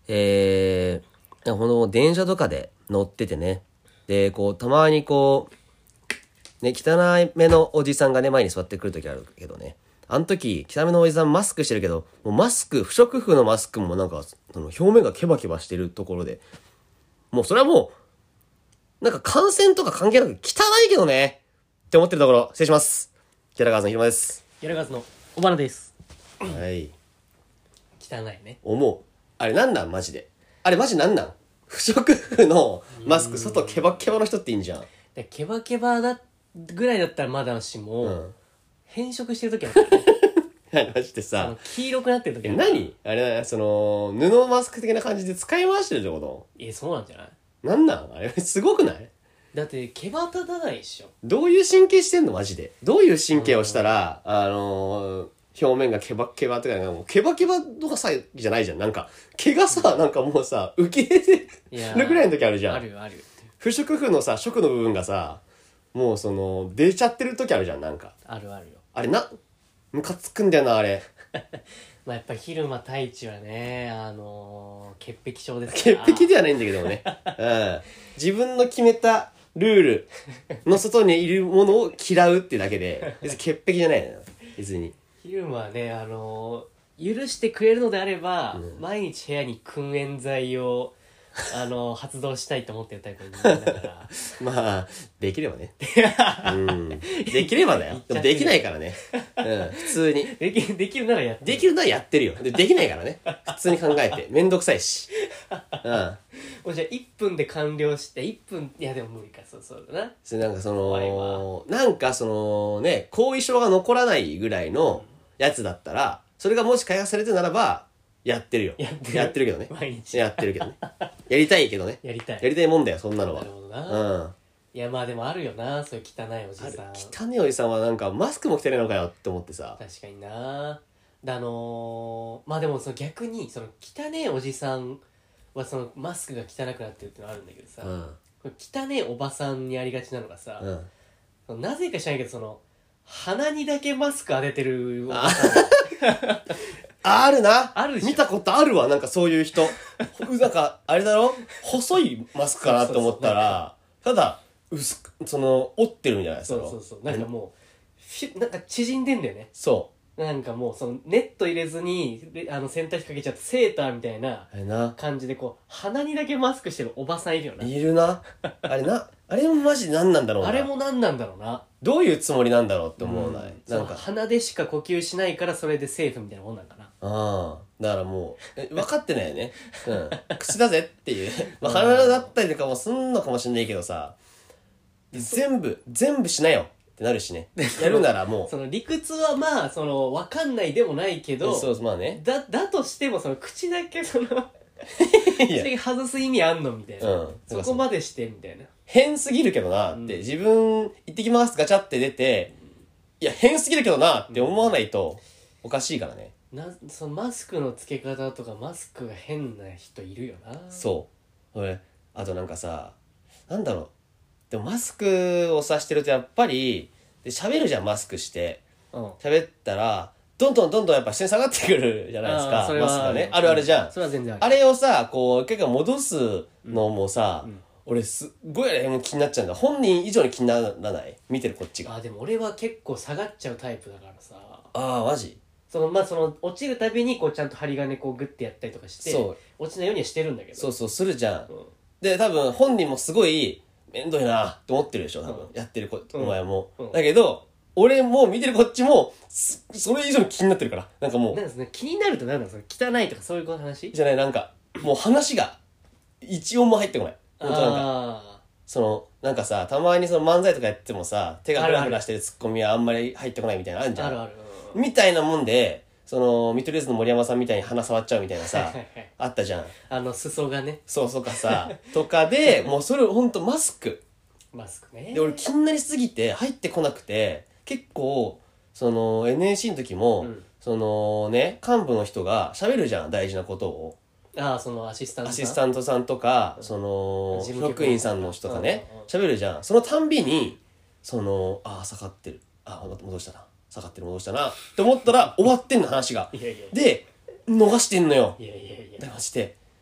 なんかこの電車とかで乗っててね。で、こう、たまにこう、ね、汚い目のおじさんがね、前に座ってくるときあるけどね。あの時、汚めのおじさんマスクしてるけど、もうマスク、不織布のマスクもなんか、その表面がケバケバしてるところで、もうそれはもう、なんか感染とか関係なく汚いけどねって思ってるところ、失礼します。キャラガーズのひろまです。 ギャラガーズの小花です。 はい。 汚いね。 思う。あれなんなんマジで。あれマジなんなん不織布のマスク、外ケバケバの人っていいんじゃん。 でケバケバだぐらいだったらまだしも、 うん。 変色してる時あるからね。 マジでさ、 黄色くなってる時ある。 何あれ、その、布マスク的な感じで使い回してるってこそうなんじゃない？ となんなんあれ、すごくない？ だって毛羽立たないっしょ。 どういう神経してんのマジで。どういう神経をしたら、表面がケバケバとか、もうケバケバとかさじゃないじゃん。なんか、毛がさ、なんかもうさ、浮き出てるぐらいの時あるじゃん。 あるある。 不織布のさ、織の部分がさ、もうその、出ちゃってる時あるじゃん、なんか。 あるあるよ。 あれムカつくんだよな、あれ。 まあやっぱり昼間太一はね、潔癖症です潔から。 癖ではないんだけどもね。うん。自分の決めたルールの外にいるものを嫌うってだけで、別に潔癖じゃないのよ。別に。 昼間はね、許してくれるのであれば、毎日部屋に燻煙剤を発動したいと思ってるタイプの人間だからまあ、できればね。うん。できればだよ。でもできないからね。うん。普通に。 できるならやってできるのはやってるよ。できないからね。普通に考えて。めんどくさいし。うん。 もうじゃあ1分で完了して1分いやでも無理かそうだな。 それなんかそ怖いの、なんかそのね、後遺症が残らないぐらいのやつだったら、それがもし開発されてるならば、やってるよ。やってるけどね。 毎日やってるけどね。やりたいけどね。 やりたい。 やりたいもんだよ、そんなのは。 なるほどな。 うん。 いやまあでもあるよな、そういう汚いおじさん。 汚いおじさんはなんかマスクも着てないのかよって思ってさ。 確かにな。まあでもその逆にその汚いおじさんはそのマスクが汚くなってるってのあるんだけどさ、 うん。 これ汚いおばさんにありがちなのがさ、 うん。 なぜか知らないけどその鼻にだけマスク当ててるおばさんあるな。 あるでしょ。 見たことあるわ、なんかそういう人。なんか、あれだろ細いマスクかなと思ったら、ただ、折ってるんじゃないですか。 そう。なんかもう、なんか縮んでんだよね。 そなんかもう、その、ネット入れずに、洗濯機かけちゃったセーターみたいなう。あれな。 感じで、こう、鼻にだけマスクしてるおばさんいるよな。 いるな。あれな。あれもマジ何なんだろうな。 あれも何なんだろうな。 どういうつもりなんだろうって思うない。なんか。 鼻でしか呼吸しないからそれでセーフみたいなもんなんかな。 ああ。だからもう、分かってないよね。うん。口だぜっていう。まあ、鼻だったりとかもすんのかもしんないけどさ、全部しなよってなるしね。やるならもう。 その理屈はまあ、その、わかんないでもないけど、 そう、まあね。 だとしても、その、口だけその、 いや口だけ外す意味あんのみたいな。 うんそこまでして、みたいな。 変すぎるけどなって、自分行ってきますガチャって出て、いや変すぎるけどなって思わないとおかしいからね。 そのマスクの付け方とかマスクが変な人いるよな。 そう俺あとなんかさ、なんだろう、でもマスクをさしてるとやっぱりで喋るじゃん、マスクして喋ったらどんどんやっぱ下に下がってくるじゃないですか、マスクがね。あるあるじゃん。 それは全然ある。 あれをさこう結構戻すのもさ、俺すっごい気になっちゃうんだ。本人以上に気にならない見てるこっちが。 でも俺は結構下がっちゃうタイプだからさ。 マジ。 その落ちるたびにこうちゃんと針金こうグッてやったりとかして落ちないようにはしてるんだけど。 そうするじゃん、で多分本人もすごいめんどいなって思ってるでしょ多分、やってるお前も、だけど俺も見てるこっちもそれ以上に気になってるから、なんかもうなんですね、気になるとなんだその汚いとかそういう話じゃない、なんかもう話が一音も入ってこない。本当なんかそのなんかさ、たまにその漫才とかやってもさ、手がフラフラしてるツッコミはあんまり入ってこないみたいなのあるじゃん。 あるある、 みたいなもんで、その見取り図の森山さんみたいに鼻触っちゃうみたいなさあったじゃん。 裾がね。 そうかさとかでもうそれほんとマスクね。 で俺気になりすぎて入ってこなくて、結構その NSC の時も、そのね幹部の人が喋るじゃん、大事なことを。 そのアシスタントさんとか、その職員さんの人がね喋るじゃん。そのたんびにその下がってる、戻したな、下がってる戻したなって思ったら終わってんの話が。で逃してんのよ。 いやマジで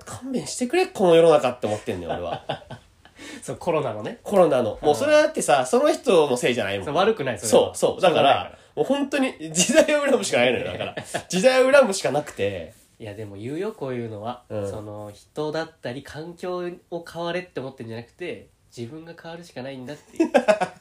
勘弁してくれこの世の中って思ってんだよ俺は。 そうコロナのね、 コロナのもうそれはだってさその人のせいじゃないもん。 悪くないそれは。 そうだからもう本当に時代を恨むしかないのよ。だから時代を恨むしかなくて。 いやでも言うよこういうのは、その人だったり環境を変われって思ってんじゃなくて自分が変わるしかないんだっていう。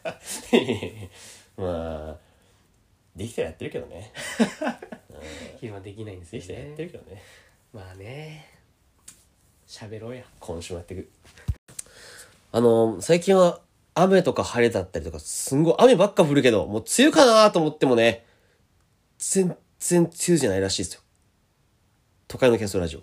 まあできたらやってるけどね。 昼間できないんですよね。 できたらやってるけどね。 まあね、喋ろうや。 今週もやっていく。最近は雨とか晴れだったりとかすんごい雨ばっか降るけどもう梅雨かなと思ってもね全然梅雨じゃないらしいですよ。都会の喧騒ラジオ。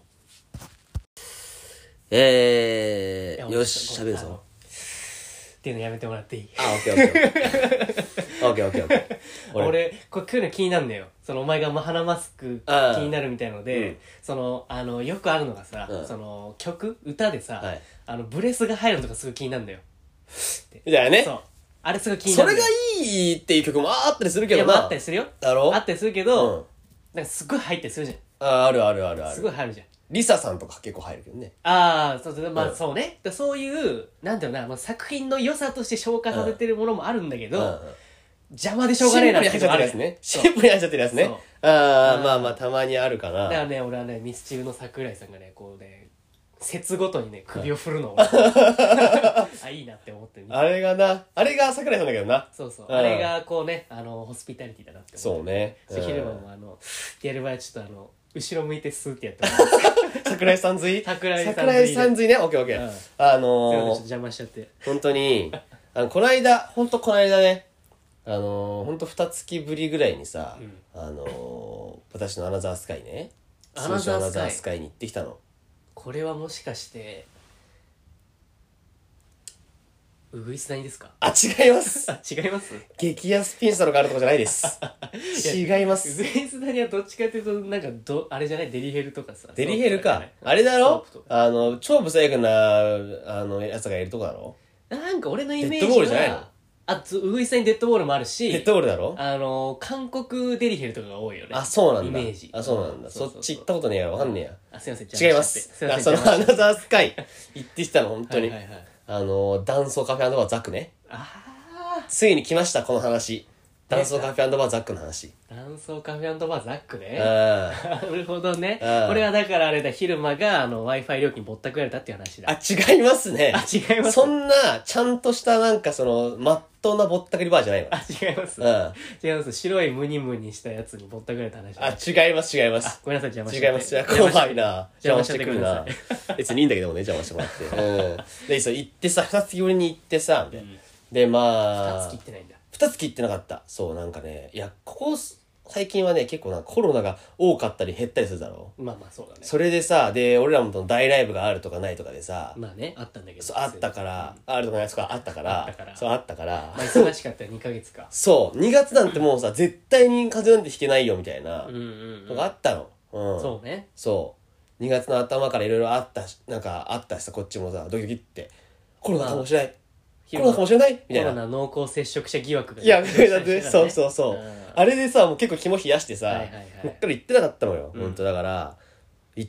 よし喋るぞ。 っていうのやめてもらっていい？ あ、オッケーオッケー。オッケーオッケーオッケー。 俺これ来るの気になるんだよ。そのお前が鼻マスク気になるみたいので、そのよくあるのがさ、その歌でさ、ブレスが入るのとかすごい気になるんだよ。 みたいなね。 そう。あれすごい気になる。 それがいいっていう曲もあったりするけどな。 いや、あったりするよ。 だろ？ あったりするけど、なんかすごい入ったりするじゃん。 あるあるあるある。 すごい入るじゃん。 リサさんとか結構入るけどね。 ああ、そうそう、まあそうね。そういう、なんていうのかな、作品の良さとして消化させてるものもあるんだけど、邪魔でしょうがねえなっていうのがあるやつね。 シンプルに入っちゃってるやつね。ああ、まあまあたまにあるかな。 だからね、俺はね、ミスチルの桜井さんがね、こうね、節ごとにね、首を振るのをあ、いいなって思ってる。 あれが桜井さんだけどな。 そうそう。あれがこうね、ホスピタリティだなって思って。 そうね。 昼間もやる場合はちょっと後ろ向いてスーってやっても桜井さんずい桜井さんずいね。オッケーオッケー。 ちょっと邪魔しちゃって。 本当に、この間ね、ほんと2月ぶりぐらいにさ、私のアナザースカイね。 アナザースカイに行ってきたの。 これはもしかして、ウグイス谷ですか？ あ、違います。 違います？ 激安ピンサロがあるとこじゃないです。違います。 ウグイス谷はどっちかっていうと、なんかあれじゃない？デリヘルとかさ。 デリヘルか。あれだろ？超ブサイクな、やつがいるとこだろ？ なんか俺のイメージは、 デッドボールじゃないの？ ウグイス谷デッドボールもあるし、 デッドボールだろ？ 韓国デリヘルとかが多いよね。 あ、そうなんだ。 イメージ。 あ、そうなんだ。そっち行ったことねえやろ。わかんねえや。 あ、すいません。 違います。そのアナザースカイ行ってきたの、本当に。男装カフェバーザックね。ついに来ました、この話。男装カフェバーザックの話。 男装カフェバーザックね。 なるほどね。これはだからあれだ、昼間がWi-Fi 料金ぼったくられたっていう話だ。 あ、違いますね。 あ、違います。 そんな、ちゃんとしたなんかまっとうなぼったくりバーじゃないわ。 あ、違います。違います。白いムニムニしたやつにぼったくられた話だ。 あ、違います、違います。 ごめんなさい、邪魔して。 違います。怖いな。邪魔してくるな。別にいいんだけどもね、邪魔してもらって。で、行ってさ、2月ぶりに行ってさ、で、まあ。 2月切ってないんだ。 2月切ってなかった。そう、なんかね、いや、最近はね、結構コロナが多かったり減ったりするだろう。まあまあそうだね。 それでさ、で、俺らも大ライブがあるとかないとかでさ、 まあね、あったんだけど。 そう、あったから、あるとかないとかあったから、そう、あったから。 まあ忙しかったら2ヶ月か。 そう、2月なんてもうさ、絶対に風邪なんてひけないよみたいな、のがあったの。 そうね。 そう。2月の頭からいろいろあったし、なんかあったしさ、こっちもさ、ドキドキって、コロナかもしれない。コロナかもしれないみたいな。 コロナ濃厚接触者疑惑が。 いや、だってそうそうそう。あれでさ、もう結構肝冷やしてさ、こっから行ってなかったのよ。ほんとだから、行って、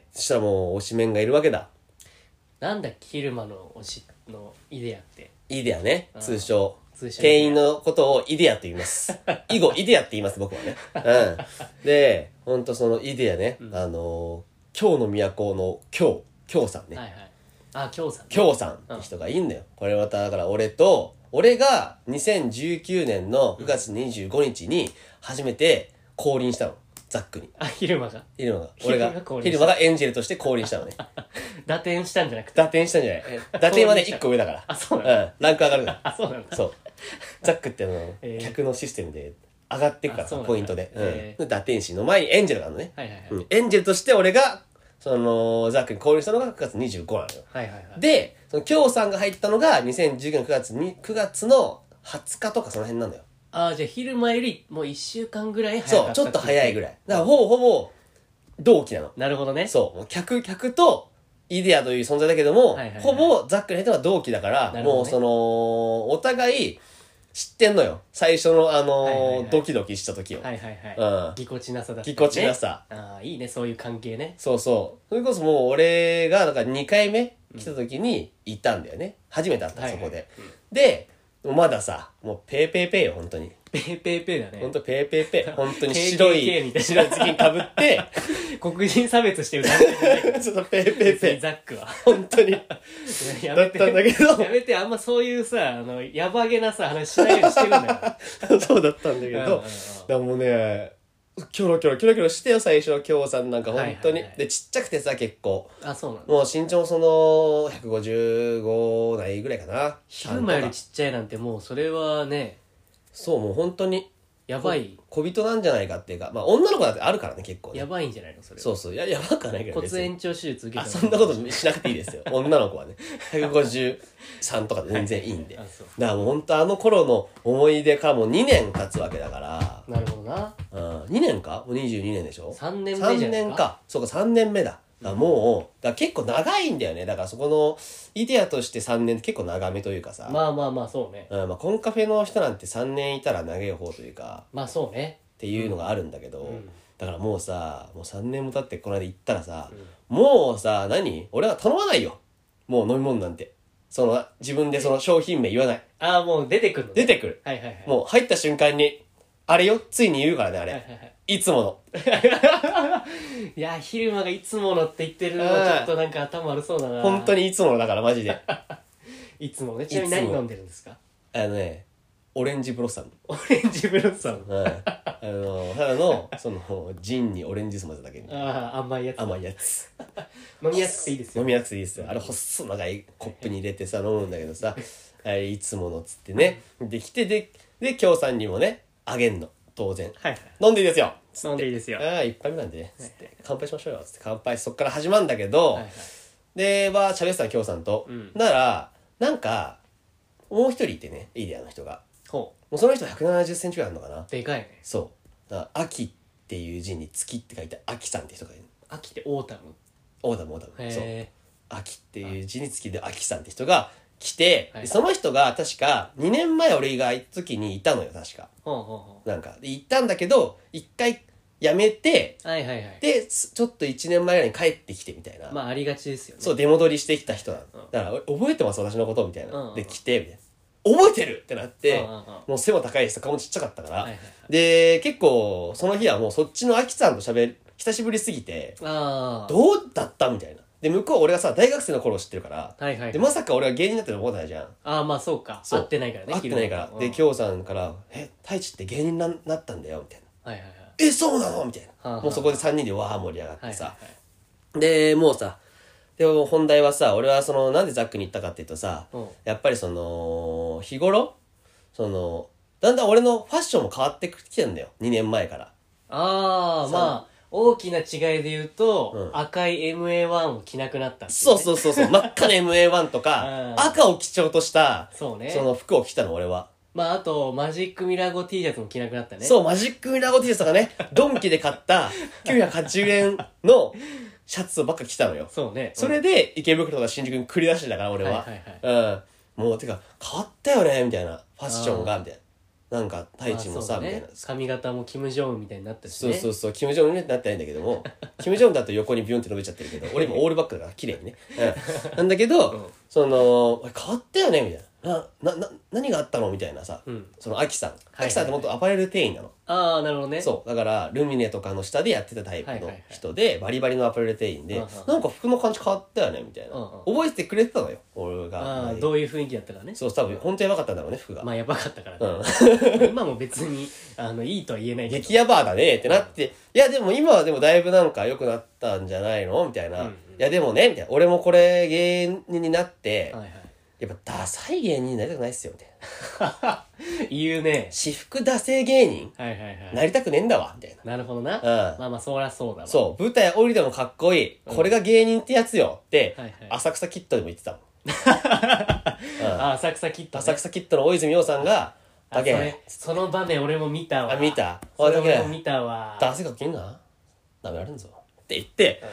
そしたらもう推しメンがいるわけだ。 なんだっけ、昼間の推しのイデアって。 イデアね、通称。店員のことをイデアって言います。以後、イデアって言います、僕はね。で、ほんとそのイデアね、京の都の京さんね。 あ、京さん。 京さんって人がいいんだよ。これまた、だから俺が2019年の9月25日に初めて降臨したの。ザックに。 あ、昼間が。 俺が、昼間がエンジェルとして降臨したのね。 打点したんじゃなくて。 打点したんじゃない。打点はね、1個上だから。 あ、そうなんだ。 ランク上がるから。 あ、そうなんだ。 そう。ザックって客のシステムで上がっていくから、ポイントで。打点師の前にエンジェルがあるのね。エンジェルとして俺が、ザックに降臨したのが9月25なのよ。で、その京さんが入ったのが2019年9月の20日とかその辺なんだよ。 あ、じゃあ昼間よりもう1週間ぐらい早かった。そう、ちょっと早いぐらい。だからほぼ同期なの。 なるほどね。 そう、客とイデアという存在だけども、ほぼザックの人は同期だから、もうお互い、 知ってんのよ。最初のドキドキした時を。 はいはいはい。 うん。 ぎこちなさだったね。 ぎこちなさ。 ああ、いいね、そういう関係ね。 そうそう。それこそもう俺が、だから2回目来た時に行ったんだよね。初めて会った、そこで。で、まださ、もうペーペーペーよ、本当に。 ペーペーペーだね。 ほんとペーペーペー。本当に白い、 KKK みたいな白い月に被って、 黒人差別してるだけちょっとペーペーペー。 ザックは。 本当に。 やめてだったんだけど。 やめて、あんまそういうさ、やばげなさ、話しないようにしてるんだよ。 そうだったんだけど、だからもうね、キョロキョロキョロキョロしてよ、最初の京さんなんか本当に。 はいはいはいで、ちっちゃくてさ、結構。 あ、そうなんだ。 もう身長もその、155代ぐらいかな。 ヒューマよりちっちゃいなんてもう、それはね、 そう、もう本当に。 やばい。 小人なんじゃないかっていうか、まあ女の子だってあるからね、結構ね。 やばいんじゃないのそれは。 そうそう。やばくはないけど骨延長手術受けあ、 たそんなことしなくていいですよ。女の子はね。153とかで全然いいんで。 あそうだからもう本当あの頃の思い出からもう2年経つわけだから。 なるほどな。 2年かもう22年でしょ？ 3年目じゃないか。 3年か。そうか、3年目だ。だからもう、だから結構長いんだよね。だからそこの、イデアとして3年って結構長めというかさ。 まあまあまあ、そうね。 まあコンカフェの人なんて3年いたら長い方というか、 まあそうね。 っていうのがあるんだけど、 んだからもうさ、もう3年も経ってこの間行ったらさ、もうさ、俺は頼まないよ。もう飲み物なんて。自分でその商品名言わない。 ああ、もう出てくるのね。 出てくる。 はいはいはい。 もう入った瞬間に、あれよ、ついに言うからね、あれ。 はいはいはい。 いつもの。 いや、昼間がいつものって言ってるのはちょっとなんか頭悪そうだな。 本当にいつものだから、マジで。 いつもね。ちなみに何飲んでるんですか？ オレンジブロッサム。 オレンジブロッサム。 ただの、ジンにオレンジジュース混ぜただけみたいな。 ああ、甘いやつ。 甘いやつ。 飲みやすくていいですよ。 飲みやすいですよ。あれ、細長いコップに入れてさ、飲むんだけどさ、いつものっつってね。で、来て、で、京さんにもね、あげんの。当然。 はいはい。 飲んでいいですよ。 飲んでいいですよ。 一杯目なんでね。つって、乾杯しましょうよ。つって乾杯、そっから始まるんだけど、 はいはい。 で、喋ってたの京さんと。なら、なんか、もう一人いてね、イデアの人が。 ほもうその人170センチぐらいあるのかな。 う。でかいね。 そう。だから秋っていう字に月って書いて、秋さんって人がいる。 秋ってオータム。 オーダム。そう。 へ秋っていう字に月で秋さんって人が来て、 はいでその人が確か2年前俺が行った時にいたのよ、確か。 ほうほうほなんか、で行ったんだけど、一回辞めて、 う。はいはいはい。 で、ちょっと1年前ぐらいに帰ってきてみたいな。 まあありがちですよね。 そう、出戻りしてきた人なの。 うんだから、覚えてます私のことみたいな。 うんで、来て、みたいな。覚えてるってなって、 うんうんうんもう背も高いし、顔もちっちゃかったから。 はいはいはいで、結構、その日はもうそっちのアキさんと久しぶりすぎて、 ああ。 どうだったみたいな。で、向こう俺がさ、大学生の頃知ってるから、 はいはいはい。 で、まさか俺が芸人になってると思ってないじゃん。 ああ、まあそうか。 そう会ってないからね。 会ってないから。で、 昼間京さんから、太一って芸人になったんだよ、みたいな。 はいはいはい。 そうなのみたいな。 はあはあもうそこで3人でわー盛り上がってさ。 はいはいはい。 で、もうさ、でも本題はさ、俺はなんでザックに行ったかっていうとさうん、 やっぱり日頃、だんだん俺のファッションも変わってきてんだよ。2年前から。 ああ、 そうまあ、大きな違いで言うと、 うん赤い MA1 を着なくなったっていそうねそうそうそう、真っ赤な MA1 とか、 うん赤を基調とした、 そうねその服を着たの、俺は。 まあ、あと、マジックミラー号 T シャツも着なくなったね。 そう、マジックミラーゴ T シャツとかね、ドンキで買った980円のシャツばっか着たのよ。 そうね。 それで池袋とか新宿に繰り出してたから、俺は。 はいはいもう、てか、変わったよね、みたいな。ファッションが、みたいな。なんか、太一もさ、みたいな。 髪型もキム・ジョンウンみたいになったしそうね。 そうそう、キム・ジョンウンになってないんだけども、キム・ジョンウンだと横にビュンって伸びちゃってるけど、俺今オールバックだから綺麗にね。なんだけど、 うん変わったよねみたいな。何があったのみたいなさ、 うんアキさん。 はいアキさんってもっとアパレル店員なの。 ああ、なるほどね。 そう。だから、ルミネとかの下でやってたタイプのはいはいはい人で、バリバリのアパレル店員で、 うんうんなんか服の感じ変わったよねみたいな。 うん覚えてくれてたのよ、俺あがあ、。どういう雰囲気だったかね。 そう、多分、本当やばかったんだろうね、服が。 まあ、やばかったからね。今も別に、いいとは言えないけど。 激ヤバーだねってなって、いやでも今はでもだいぶなんか良くなったんじゃないのみたいな。 うんうんいやでもね、みたいな。俺もこれ芸人になって、 はいはい。 やっぱダサい芸人になりたくないっすよ、みたいな。 言うね。 私服ダセ芸人はいはいはい。 なりたくねえんだわ、みたいな。 なるほどな。 んまあまあ、そりゃそうだわ。 そう、舞台降りてもかっこいい。これが芸人ってやつよってはいはい、 浅草キッドでも言ってたもん。 あ、浅草キッドね。 浅草キッドの大泉洋さんが、だけ、 その場面俺も見たわ。 見たそれ俺も見たわ。 ダセかっけんなダメられんぞ。って言って、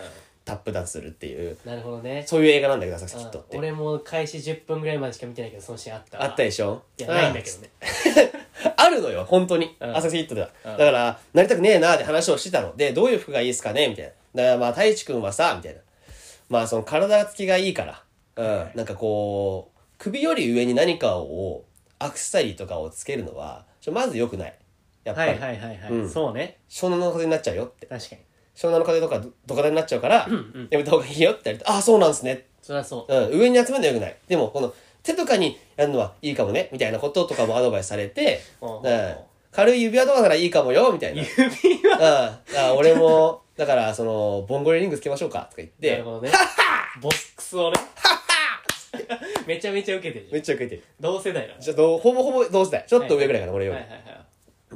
タップダンスするっていう、 なるほどね。 そういう映画なんだけど、浅草キッドって。 俺も開始10分ぐらいまでしか見てないけど、そのシーンあったわ。 あったでしょ。 いや、ないんだけどね。 あるのよ、本当に。 うん浅草キッドでは。だから、なりたくねえなーって話をしてたの。で、どういう服がいいですかねみたいな。だからまあ、太一くんはさ、みたいな。まあ、その体つきがいいから、なんかこう、首より上に何かを、アクセサリーとかをつけるのは、まず良くない。やっぱり。 はいはいはいはい。そうね。 湘南の風になっちゃうよって。 確かに。 湘南の風とかドカダになっちゃうから、やめた方がいいよって言われて、ああ、そうなんですね。 そりゃそう。 上に集めるのは良くない。でも、この手とかにやるのはいいかもね、みたいなこととかもアドバイスされて、軽い指輪とかならいいかもよ、みたいな。 指輪俺も、だから、ボンゴレリングつけましょうか、とか言って。 なるほどね。ボックスをね。めちゃめちゃ受けてるじゃん。 めっちゃ受けてる。 同世代だ。 ちょっと、ほぼほぼ同世代。ちょっと上ぐらいかな、俺より。 はいはいはい。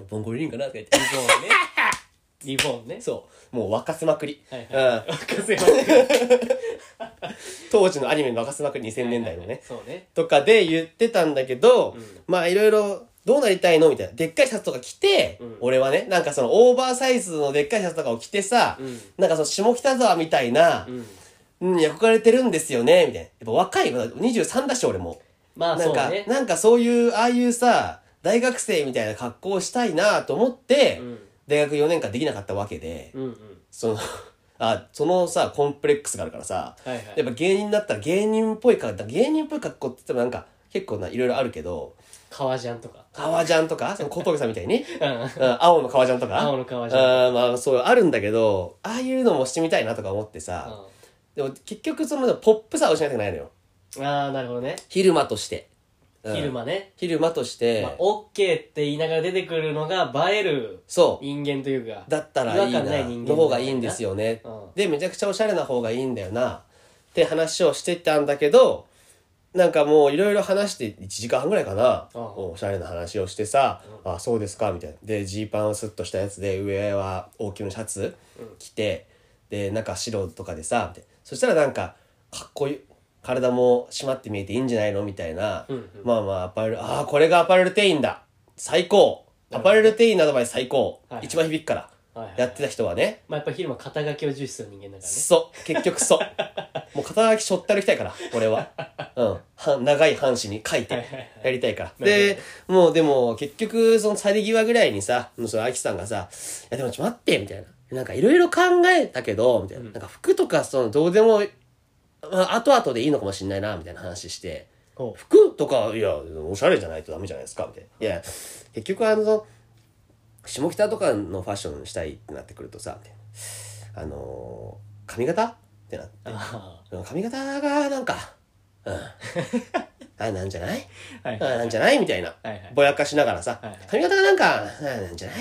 ボンゴレリングかな、とか言って。 リボンね。リボンね。 そう。もう沸かせまくり。 はいはい。沸かせまくり。 当時のアニメの沸かせまくり2000年代のね。 そうね。 とかで言ってたんだけど、まあいろいろ、どうなりたいのみたいな。でっかいシャツとか着て、俺はね、なんかそのオーバーサイズのでっかいシャツとかを着てさ、なんかその下北沢みたいな、憧れてるんですよね、みたいな。やっぱ若い、23だし俺も。 まあそうね。 なんかそういう、ああいうさ、大学生みたいな格好をしたいなと思って、大学4年間できなかったわけで、そのさ、コンプレックスがあるからさ、やっぱ芸人だったら芸人っぽい格好って言ってもなんか結構いろいろあるけど、 革ジャンとか。 革ジャンとか、その小峠さんみたいに、青の革ジャンとか、 青の革ジャン。 まあそうあるんだけど、ああいうのもしてみたいなとか思ってさ、でも結局ポップさを失いたくないのよ。 ああ、なるほどね。 昼間として。 昼間ね。 昼間として。 オッケーって言いながら出てくるのが映える人間というか。 だったらいいな。の方がいいんですよね。で、めちゃくちゃおしゃれな方がいいんだよな。って話をしてたんだけど、なんかもういろいろ話して1時間半ぐらいかな。おしゃれな話をしてさ、あ、そうですかみたいな。で、ジーパンをスッとしたやつで、上は大きめのシャツ着て、で、中白とかでさ、みたいな。そしたらなんか、かっこいい。体も締まって見えていいんじゃないのみたいな。まあまあ、アパレル、これがアパレル店員だ。最高。アパレル店員のアドバイス最高。一番響くから。やってた人はね。 まあやっぱ昼間肩書きを重視する人間だからね。 そう。結局そう。もう肩書きしょって歩きたいから、俺は。長い半紙に書いてやりたいから。で、もうでも結局その去り際ぐらいにさ、そのアキさんがさ、いやでもちょっと待って、みたいな。なんかいろいろ考えたけど、みたいな。なんか服とかどうでも、後々でいいのかもしんないな、みたいな話して、服とか、いや、おしゃれじゃないとダメじゃないですか、みたいな。いや、結局下北とかのファッションしたいってなってくるとさ、みたいな。髪型ってなって。髪型がなんか、なんじゃないなんじゃないみたいな。ぼやかしながらさ、髪型がなんか、なんじゃな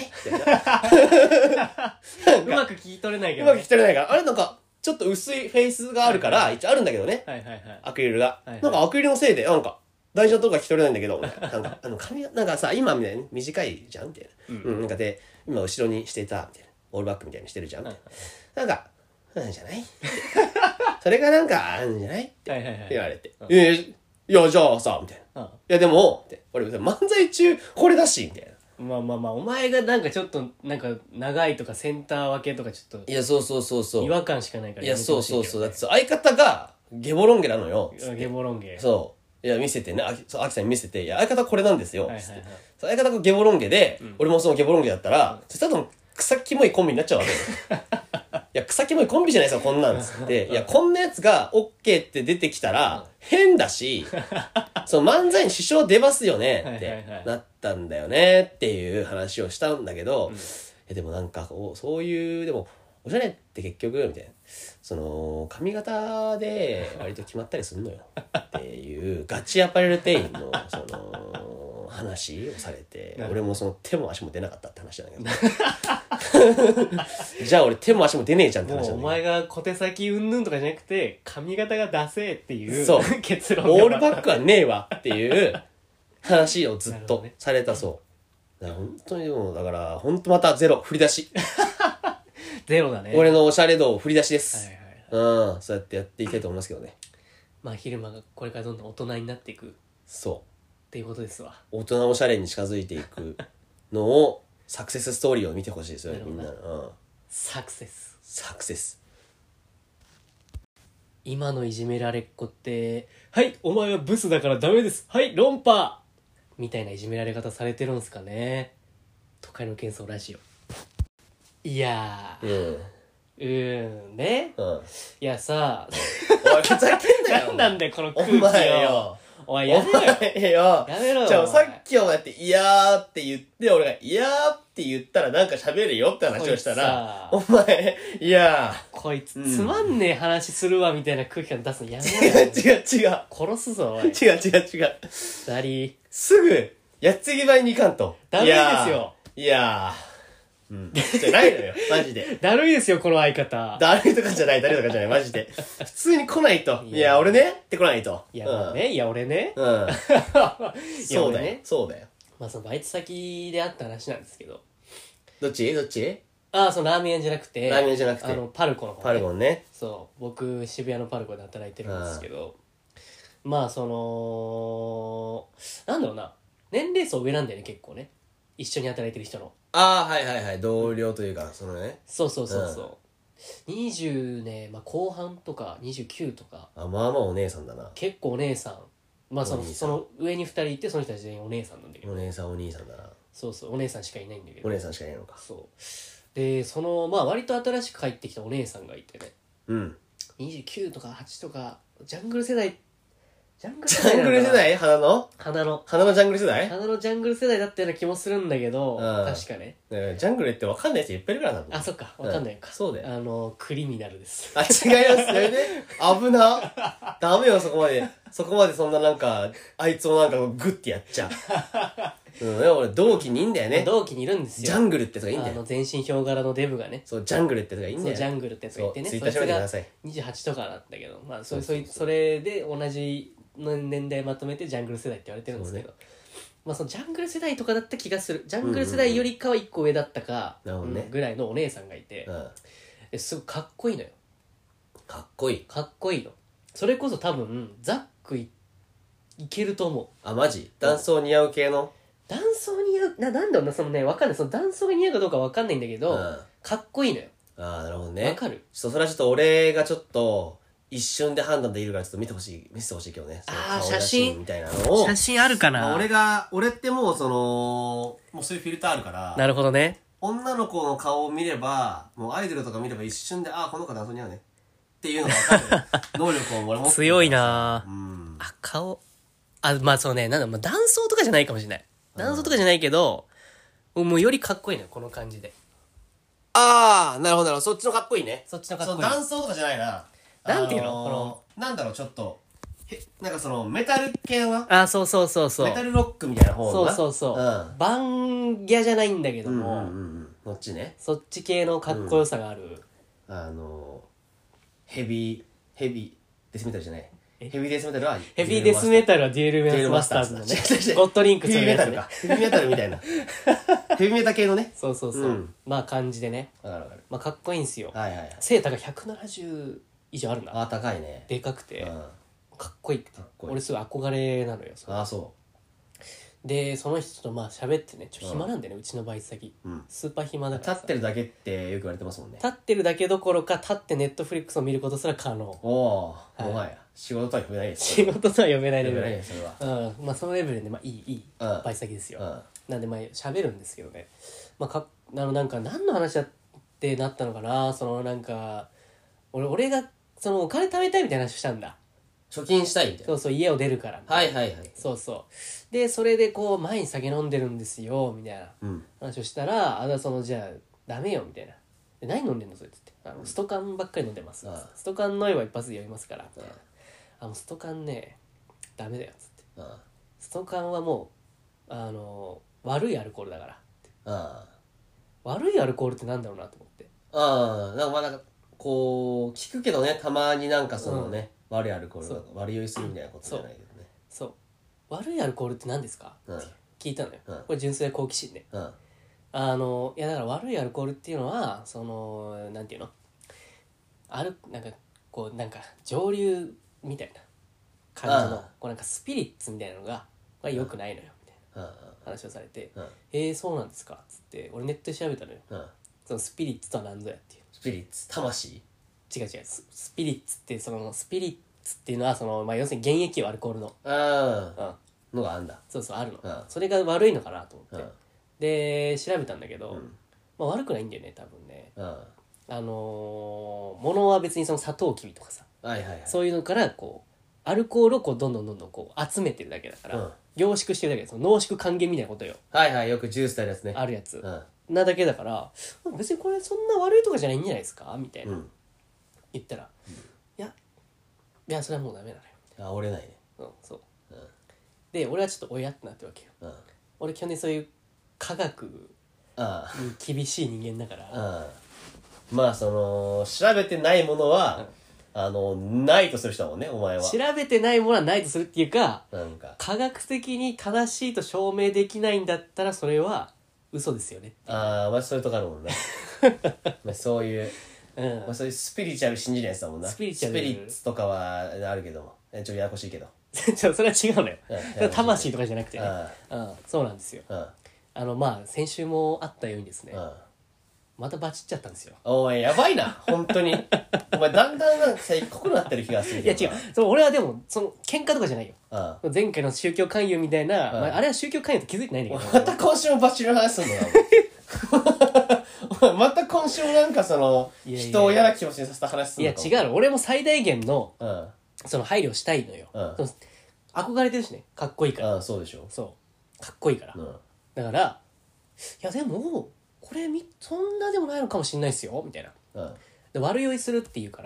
いうまく聞き取れないけど。 うまく聞き取れないから。あれなんか、ちょっと薄いフェイスがあるから、一応あるんだけどね。アクリルが。なんかアクリルのせいで、なんか、大事なとこが聞き取れないんだけど、なんか、髪が、なんかさ、今みたいに短いじゃんみたいな。なんかで、今後ろにしてた、みたいな。オールバックみたいにしてるじゃん。なんか、なんじゃないそれがなんか、あるんじゃないって言われて。いや、じゃあさ、みたいな。いや、でも、俺、漫才中、これだし、みたいな。 まあまあまあ、お前がなんかちょっと、なんか、長いとかセンター分けとかちょっと。 いや、そう。 違和感しかないから。 いや、そう。だって相方が、ゲボロンゲなのよ。 ゲボロンゲ。 そう。いや、見せてね。アキさんに見せて、いや、相方これなんですよ。相方がゲボロンゲで、俺もそのゲボロンゲだったら、そしたら草キモいコンビになっちゃうわけよ。いや、草キモいコンビじゃないですか、こんなんつって。いや、こんなやつが OK って出てきたら、変だし、その漫才に支障出ますよね、ってなったんだよね、っていう話をしたんだけど、でもなんか、そういう、でも、おしゃれって結局、みたいな。髪型で割と決まったりするのよ。っていう、ガチアパレル店員の、話をされて、俺も手も足も出なかったって話なんだけど。じゃあ俺手も足も出ねえじゃんって話なんだけど。 お前が小手先うんぬんとかじゃなくて、髪型がダセーっていう結論オールバックはねえわっていう話をずっとされたそう。本当にでも、だから、本当またゼロ、振り出し。 ゼロだね。 俺のおしゃれ度振り出しです。そうやってやっていきたいと思いますけどね。 まあ、昼間がこれからどんどん大人になっていく。 そう。 っていうことですわ。 大人おしゃれに近づいていくのを、サクセスストーリーを見てほしいですよね、みんな。 サクセス。 サクセス。 今のいじめられっ子ってはいお前はブスだからダメですはい論破みたいないじめられ方されてるんすかね。都会の喧騒ラジオ。いやーね、いやさおいふざけんなよ何なんだよこの空気お前よお前やめろよよやめろよじゃあさっきお前って「いやー」って言って俺が「いやー」って言ったらなんか喋るよって話をしたらお前「いやこいつつまんねえ話するわみたいな空気感出すのやめー」 ろよ違う殺すぞおい違うダリすぐやっつぎ場に行かんとダメですよいやーじゃないのよマジでだるいですよこの相方。 誰とかじゃないマジで普通に来ないといや俺ねって来ないといや、もうねいや俺ねそうだよそうだよ。 まあそのバイト先であった話なんですけど。 どっちそのラーメン屋じゃなくてパルコの方ね。 パルコンね。 そう僕渋谷のパルコで働いてるんですけど、まあそのなんだろうな、年齢層上なんだよね結構ね、一緒に働いてる人の。 はい同僚というかそのね。 そう、20ね、まあ、後半とか29とかまあまあお姉さんだな。 結構お姉さん、まあそお兄さんの上に2人いてその人たち全員お姉さんなんだけど、 お姉さんお兄さんだな。 そうお姉さんしかいないんだけど、 お姉さんしかいないのか。 そうでそのまあ割と新しく帰ってきたお姉さんがいてね、29とか8とかジャングル世代ジャングル世代花のジャングル世代花のジャングル世代だったような気もするんだけど、確かね。 ジャングルって分かんない人いっぱいいるからな。 そっか分かんないか。 そうだよ。 クリミナルです。 違いますよね。危な。ダメよそこまでそんななんかあいつをなんかグッてやっちゃ俺同期にいいんだよね。 同期にいるんですよ。 ジャングルってやつがいいんだよ。 全身ヒョウ柄のデブがね。 そうジャングルってやつがいいんだよ。 そうジャングルってやつがいてね。 ツイッター調べてください。 28とかなんだけど、まあそれで同じの年代まとめてジャングル世代って言われてるんですけど、まあそのジャングル世代とかだった気がする。ジャングル世代よりかは1個上だったかぐらいのお姉さんがいて、すごいかっこいいのよ。 かっこいいの。それこそ多分ザックいけると思う。 マジ男装似合う系の。 男装似合うなんだろうな、そのね、わかんない、その男装が似合うかどうかわかんないんだけど、かっこいいのよ。 なるほどね。 わかる。 それはちょっと俺がちょっと一瞬で判断できるからちょっと見せてほしいけどね。 写真みたいなのを。 写真あるかな。 俺ってもうもうそういうフィルターあるから。 なるほどね。 女の子の顔を見れば、もうアイドルとか見れば一瞬で、この子男装似合うね。っていうのが分かる。能力を俺持ってる。 強いな顔。まあそうね、なんだ、まあ男装とかじゃないかもしれない。男装とかじゃないけど、もうよりかっこいいのよ、この感じで。 なるほど。そっちのかっこいいね。 そっちのかっこいい。 男装とかじゃないな。 なんていうのなんだろう、ちょっと。なんかメタル系な。 そう。 メタルロックみたいな方のな。 そう。バンギャじゃないんだけども、 そっちね。 そっち系のかっこよさがある。 ヘビーデスメタルじゃない。ヘビーデスメタルはヘビーデスメタルはデュエルマスターズのね。ゴッドリンクするやつね。 ヘビーメタルみたいな。ヘビーメタ系のね。 そう。まあ感じでね。まあかっこいいんすよ。背高が170以上あるな。 高いね。 でかくて。かっこいいって。俺すごい憧れなのよ。 そう。 でその人とまあ喋ってね、暇なんだよね、うちのバイト先、スーパー暇だから立ってるだけってよく言われてますもんね。 立ってるだけどころか立ってネットフリックスを見ることすら可能。 もはや仕事とは呼べないです。 仕事とは呼べないレベル。 呼べないです、それは。 まあそのレベルでいいバイト先ですよ。なんでまあ喋るんですけどね、まあなんか何の話だってなったのかな、なんか俺がお金貯めたいみたいな話をしたんだ。 貯金したいみたいな。 そう、家を出るから。 はい。 そうでそれで毎日酒飲んでるんですよみたいな話をしたら、じゃあダメよみたいな。で何飲んでんのそれって言って、ストカンばっかり飲んでます。ストカン飲めば一発で酔いますから。もうストカンねダメだよっつって。ストカンはもう悪いアルコールだから。悪いアルコールってなんだろうなと思って。 なんかこう聞くけどね、たまになんか悪いアルコールが悪酔いするみたいなことじゃないけどね。 そう悪いアルコールって何ですかって聞いたのよ。これ純粋な好奇心で。いやだから悪いアルコールっていうのはなんていうの、なんか蒸留みたいな感じのなんかスピリッツみたいなのが良くないのよみたいな話をされて、そうなんですかっつって俺ネットで調べたのよ。そのスピリッツとは何ぞやっていう。 スピリッツ魂違う違うスピリッツってそのスピリッツっていうのはその、まあ、要するに原液よアルコールの、 のがあんだ。 そうそうあるの、 うん、 それが悪いのかなと思って、 うん、 で調べたんだけど、まあ、悪くないんだよね多分ね、物は別にそのサトウキビとかさ、 はいはいはい、 そういうのからこうアルコールをこうどんどんこう集めてるだけだから、凝縮してるだけでその濃縮還元みたいなことよ。 はいはい、よくジュースってあるやつね。 あるやつ、なだけだから別にこれそんな悪いとかじゃないんじゃないですかみたいな、言ったら、いやそれはもうダメなのよ。 折れないね。 そう、で俺はちょっと親ってなってるわけよ、俺基本的にそういう科学に厳しい人間だから、 まあその調べてないものは、ないとする人だもんね、お前は。 調べてないものはないとするっていうか、 なんか科学的に正しいと証明できないんだったらそれは嘘ですよね。 まあそういうとこあるもんね。まあそういう、まあ、そういうスピリチュアル信じないやつだもんな。 スピリチュアルスピリッツとかはあるけども、ちょっとややこしいけど。 それは違うのよ、魂とかじゃなくてね、そうなんですよ、まあ先週もあったようにですね、またバチっちゃったんですよ。 おいやばいな本当に。お前だんだんなんかさ濃くなってる気がする。 いや違う、俺はでもその喧嘩とかじゃないよ、前回の宗教勧誘みたいな、まあ、あれは宗教勧誘って気づいてないんだけど、 また今週もバチの話すんのな。お前また今週もなんかその人を嫌な気持ちにさせた話すんのか。 いや違うの、俺も最大限の、その配慮したいのよ、その憧れてるしね、かっこいいから、 そうでしょ、 そうかっこいいから、だからいやでもこれそんなでもないのかもしれないですよみたいな、で悪酔いするっていうから、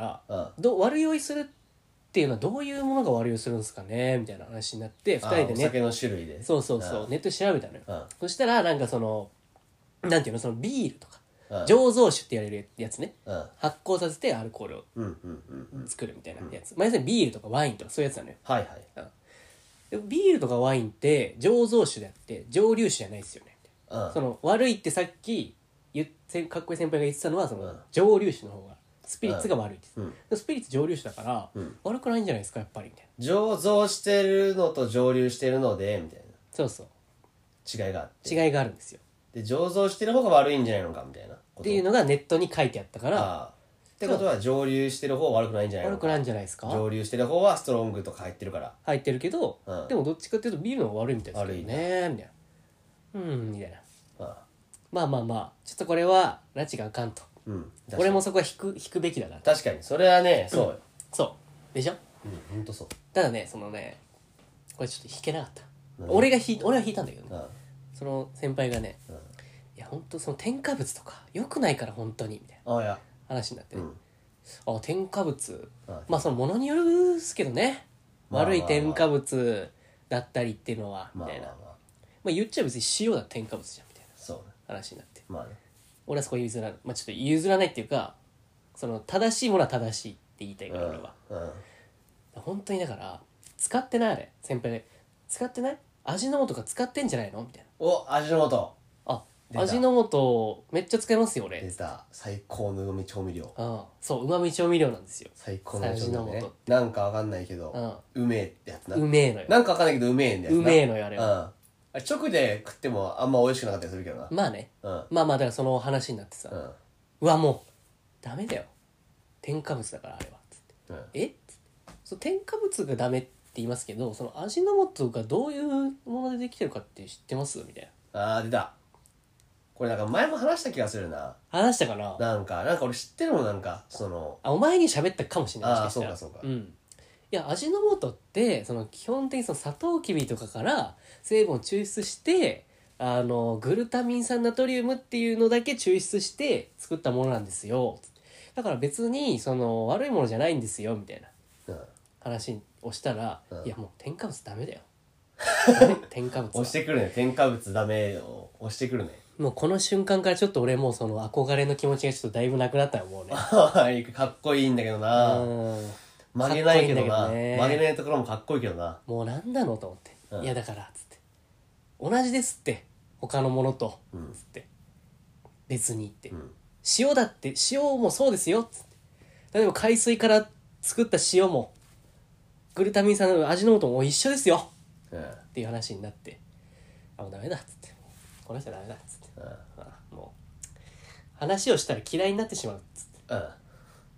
悪酔いするっていうのはどういうものが悪酔いするんですかねみたいな話になって、2人でね、 お酒の種類で、 そうネットで調べたのよ、そしたらなんかそのなんていうの、そのビールとか、醸造酒って言われるやつね、発酵させてアルコールを作るみたいなやつ、まあ要するにビールとかワインとかそういうやつなのよ。 はいはい、 でもビールとかワインって醸造酒であって蒸留酒じゃないですよね、その悪いってさっきかっこいい先輩が言ってたのはその蒸留酒の方がスピリッツが悪いです、スピリッツ蒸留酒だから、悪くないんじゃないですかやっぱりみたいな。 醸造してるのと蒸留してるのでみたいな、 そう違いがあって、 違いがあるんですよ。 で醸造してる方が悪いんじゃないのかみたいなっていうのがネットに書いてあったから、 ってことは蒸留してる方は悪くないんじゃないのか。 悪くないんじゃないですか。 蒸留してる方はストロングとか入ってるから、 入ってるけど、でもどっちかっていうとビールの方が悪いみたいですけどねみたいな、みたいな、まあちょっとこれは拉致があかんと、俺もそこは引くべきだから。 確かにそれはね、そうよ、 そうでしょ、 ほんとそう。 ただねそのねこれちょっと引けなかった、俺は引いたんだけどね、その先輩がね、いや本当その添加物とか良くないから本当にみたいな話になってね、添加物、まあそのものによるっすけどね、悪い添加物だったりっていうのはみたいな、まあ言っちゃ別に塩だって添加物じゃんみたいな話になって、俺はそこ譲らない、ちょっと譲らないっていうか、その正しいものは正しいって言いたいから俺は、本当にだから使ってない、あれ先輩で使ってない、味の素とか使ってんじゃないのみたいな。 味の素、 味の素めっちゃ使いますよ俺。 出た、最高のうまみ調味料。 そううまみ調味料なんですよ最高の調味料ね。なんかわかんないけど、うめえってやつな。 うめえのよ。 なんかわかんないけどうめえんだよ。 うめえのよあれは。 直で食ってもあんま美味しくなかったりするけどな。 まあね、まあだからその話になってさ、うわもうダメだよ添加物だからあれはつって、えっつって、添加物がダメって言いますけど、その味の素がどういうものでできてるかって知ってますみたいな。出た、これなんか前も話した気がするな。 話したかな。 なんか俺知ってるもん、なんかそのお前に喋ったかもしれない。 そうかそうか。 いや味の素ってその基本的にそのサトウキビとかから成分を抽出してグルタミン酸ナトリウムっていうのだけ抽出して作ったものなんですよ。だから別にその悪いものじゃないんですよみたいな話をしたら、いやもう添加物ダメだよ。添加物押してくるね、添加物ダメを押してくるね。 もうこの瞬間からちょっと俺もうその憧れの気持ちがちょっとだいぶなくなったよもうね。 かっこいいんだけどな。曲げないけどな、曲げないところもかっこいいけどな。もうなんなのと思って、いやだからつって同じですって他のものと、つって別にって、塩だって塩もそうですよつって、例えば海水から作った塩もグルタミン酸の味の素も一緒ですよ、っていう話になって、もうダメだっつって、この人はダメだっつって、もう話をしたら嫌いになってしまうっつって、もう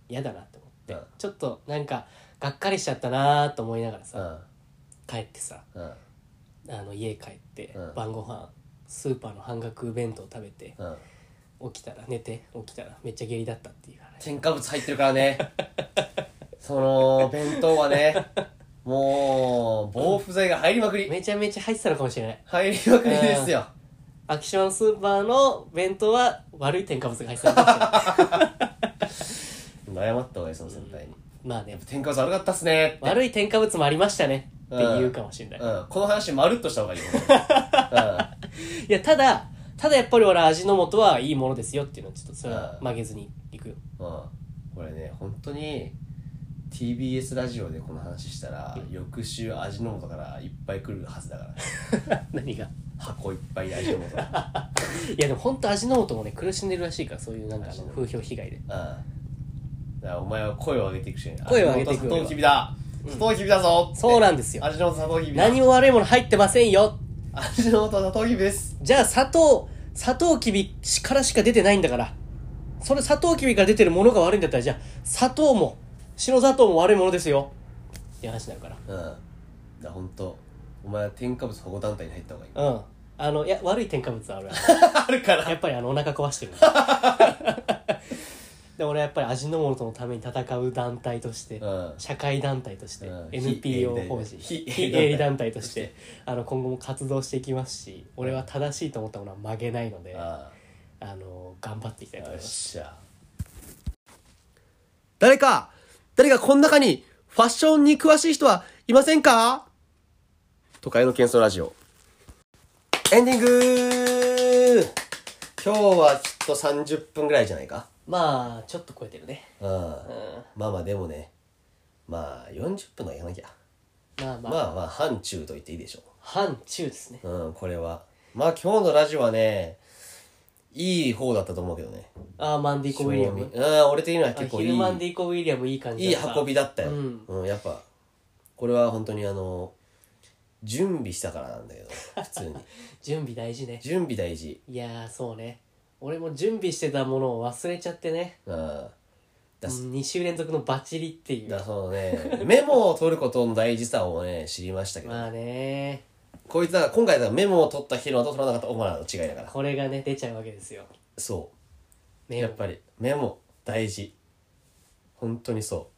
嫌だなって思って、 うんちょっとなんかがっかりしちゃったなと思いながらさ、 うん帰ってさうん家帰って、 うん晩ご飯スーパーの半額弁当食べて、 うん起きたらめっちゃ下痢だったっていう話。 添加物入ってるからねその弁当はねもう防腐剤が入りまくりめちゃめちゃ入ってたのかもしれない。 入りまくりですよ。 昭島スーパーの弁当は悪い添加物が入ってたのかもしれない謝った方がいいその先輩に、 まあね、 添加物悪かったっすねって悪い添加物もありましたねって言うかもしれない、 この話まるっとした方がいいよ、 いやただやっぱり俺味の素はいいものですよっていうのはちょっとそれは曲げずにいくよ。 これね本当に TBS ラジオでこの話したら、翌週味の素からいっぱい来るはずだから何が箱いっぱい味の素がいやでも本当味の素もね苦しんでるらしいから、そういうなんか風評被害で。 だからお前は声を上げていくしね。 声を上げていくよサトウキビだ、サトウキビだぞって。 そうなんですよ。 味の素サトウキビだ。 何も悪いもの入ってませんよ。 味の素サトウキビです。 じゃあサトウキビからしか出てないんだから、それサトウキビから出てるものが悪いんだったら、じゃあ砂糖も白砂糖も悪いものですよって話になるから。 だから本当お前は添加物保護団体に入った方がいい。 いや悪い添加物はあるあるからやっぱりお腹壊してるで俺やっぱり味の素のために戦う団体として、社会団体として、NPO 法人非営利団体として今後も活動していきますし、俺は正しいと思ったものは曲げないので、頑張っていきたいと思います。 よっしゃ。誰かこの中にファッションに詳しい人はいませんか？都会の喧騒ラジオエンディング。今日はきっと30分ぐらいじゃないか。 まあちょっと超えてるね。 まあでもね、まあ40分はやらなきゃ。まあ範中と言っていいでしょう。 範中ですね。 これはまあ今日のラジオはねいい方だったと思うけどね。 マンディコ・ウィリアム。 俺的には結構いい。 ヒルマンディコ・ウィリアムいい感じだった。いい運びだったよ。やっぱこれは本当に準備したからなんだけど普通に準備大事ね。 準備大事。 いやそうね、俺も準備してたものを忘れちゃってね。2週連続のバチリっていう。 そうねメモを取ることの大事さをね知りましたけど、 まあね、 こいつは今回メモを取ったヒロと取らなかったオマラの違いだから、 これがね出ちゃうわけですよ。 そうやっぱりメモ大事、本当にそう。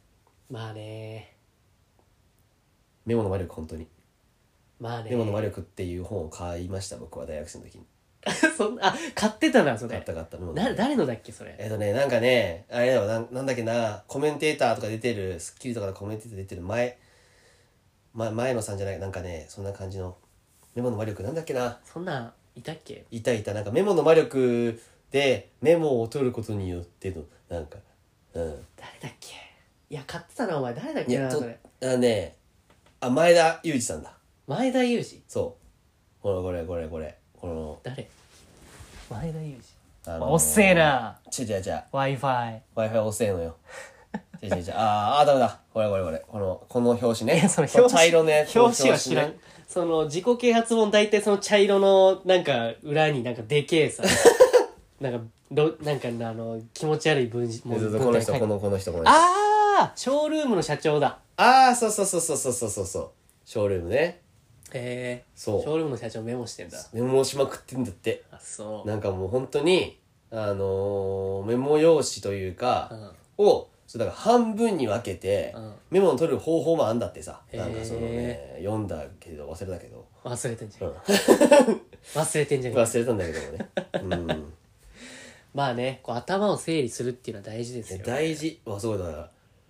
まあね、 メモの魔力、本当にメモの魔力っていう本を買いました、僕は大学生の時に買ってたなそれ。 買った誰のだっけそれ。 なんかねあれだよ、なんだっけな、コメンテーターとか出てる、スッキリとかのコメンテーター出てる前野さんじゃない、なんかねそんな感じのメモの魔力、なんだっけな、 そんないたっけ。 いたなんかメモの魔力でメモを取ることによってのなんか誰だっけ。いや買ってたなお前。誰だっけなそれ。 前田裕二さんだ。 前田裕二。 そうこれこの誰。前田裕二、おっせえな。 違う Wi-Fi おっせえのよ違うダメだ、この表紙ね。 その表紙茶色ね、 表紙は知らん。その自己啓発本大体その茶色のなんか裏になんかでけえさなんか気持ち悪い文字もこの人ショールームの社長だ。 そうショールームね。 ショールームの社長メモしてんだ。 メモしまくってんだって。 そうなんかもう本当にメモ用紙というか、だから半分に分けて、メモを取る方法もあんだってさ。なんか読んだけど忘れたけど。 忘れてんじゃん忘れてんじゃん。 忘れたんだけどもねまあね、こう頭を整理するっていうのは大事ですよね。 大事。すごい。だから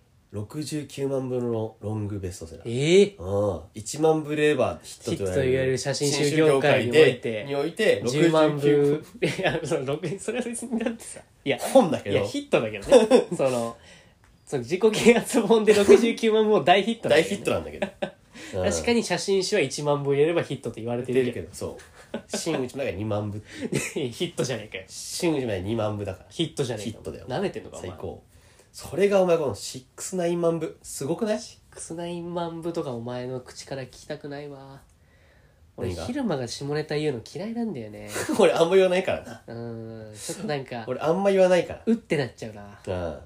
69万部のロングベストセラー。1万部ればヒットと言われる写真集業界において10万部いやそれは別にだってさ、いや本だけど、 いやヒットだけどねその自己啓発本で69万部も大ヒットだけど、ね、 大ヒットなんだけど確かに写真集は1万部入れればヒットと言われてるけど、 真打ちまで2万部ヒットじゃねえかよ。 真打ちまで2万部だからヒットじゃねえか。 ヒットだよ。 舐めてんのかお前。 最高。それがお前この69万部すごくない ？69万部とかお前の口から聞きたくないわ。俺何が昼間が下ネタ言うの嫌いなんだよね俺あんま言わないからな。 ちょっとなんか俺あんま言わないから。 うってなっちゃうな。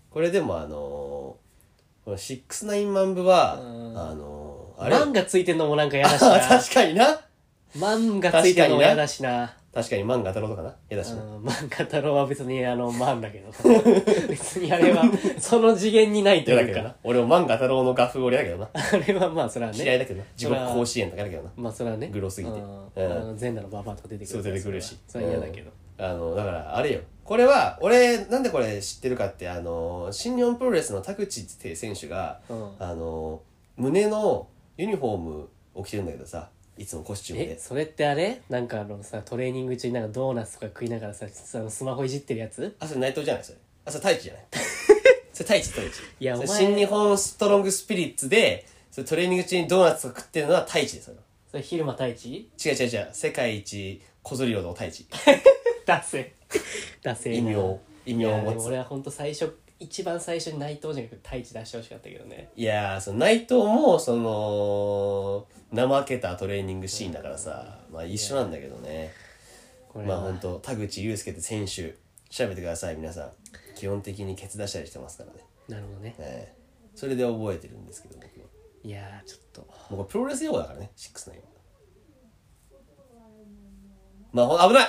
これでもこの69万部はあれマンがついてんのもなんか嫌だしな確かになマンがついてんのも嫌だしな確かにマンガ太郎とかな嫌だしなマンガ太郎は別にマンだけど別にあれはその次元にないというか嫌だけどな俺もマンガ太郎の画風俺だけどなあれはまあそれはね嫌いだけどな地獄甲子園とかだけどなまあそれはねグロすぎて全裸のババアとか出てくるそう出てくるしそれは嫌だけどだからあれよこれは俺なんでこれ知ってるかって新日本プロレスの田口って選手が胸のユニフォームを着てるんだけどさいつもコスチュームでそれってあれなんかさトレーニング中になんかドーナツとか食いながらさスマホいじってるやつそれ内藤じゃないそれそれ太一じゃないそれ太一いやお前新日本ストロングスピリッツでそれトレーニング中にドーナツを食ってるのは太一ですそれそれ昼間太一違う世界一小ぞり量の太一ダセ異名を持つ俺は本当一番最初に内藤じゃなくて太一出してほしかったけどねいやその内藤もその怠けたトレーニングシーンだからさまあ一緒なんだけどねまあ本当田口裕介って選手調べてください皆さん基本的にケツ出したりしてますからねなるほどね、 それで覚えてるんですけど僕はいやちょっともうこれプロレス用語だからね69はまあ危ない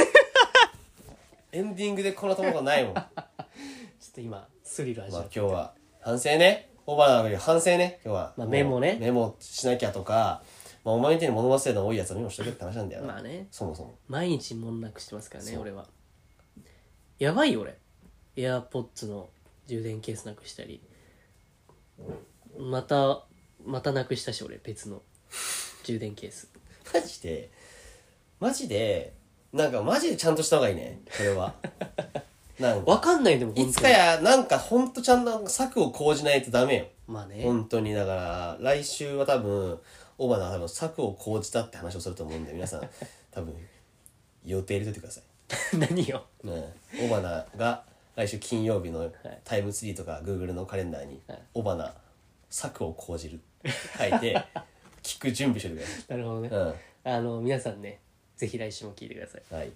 エンディングでこのところないもんちょっと今スリル味わって、 今日は反省ねオーバーなわけで反省ね今日は、 メモねメモしなきゃとか、お前みたいに物忘れの多いやつはメモしとけって話なんだよなまあねそもそも毎日もんなくしてますからね俺はやばいよ俺エアポッツの充電ケースなくしたりまたなくしたし俺別の充電ケースマジでなんかマジでちゃんとした方がいいねそれはなんかわかんないでも本当にいつかやなんかほんとちゃんと策を講じないとダメよまあね本当にだから来週は多分オバナは多分策を講じたって話をすると思うんで皆さん多分予定入れといてください何よオバナが来週金曜日のタイムツリーとか Google のカレンダーにオバナ策を講じる書いて聞く準備しておいてくださいなるほどね、皆さんねぜひ来週も聞いてくださいはい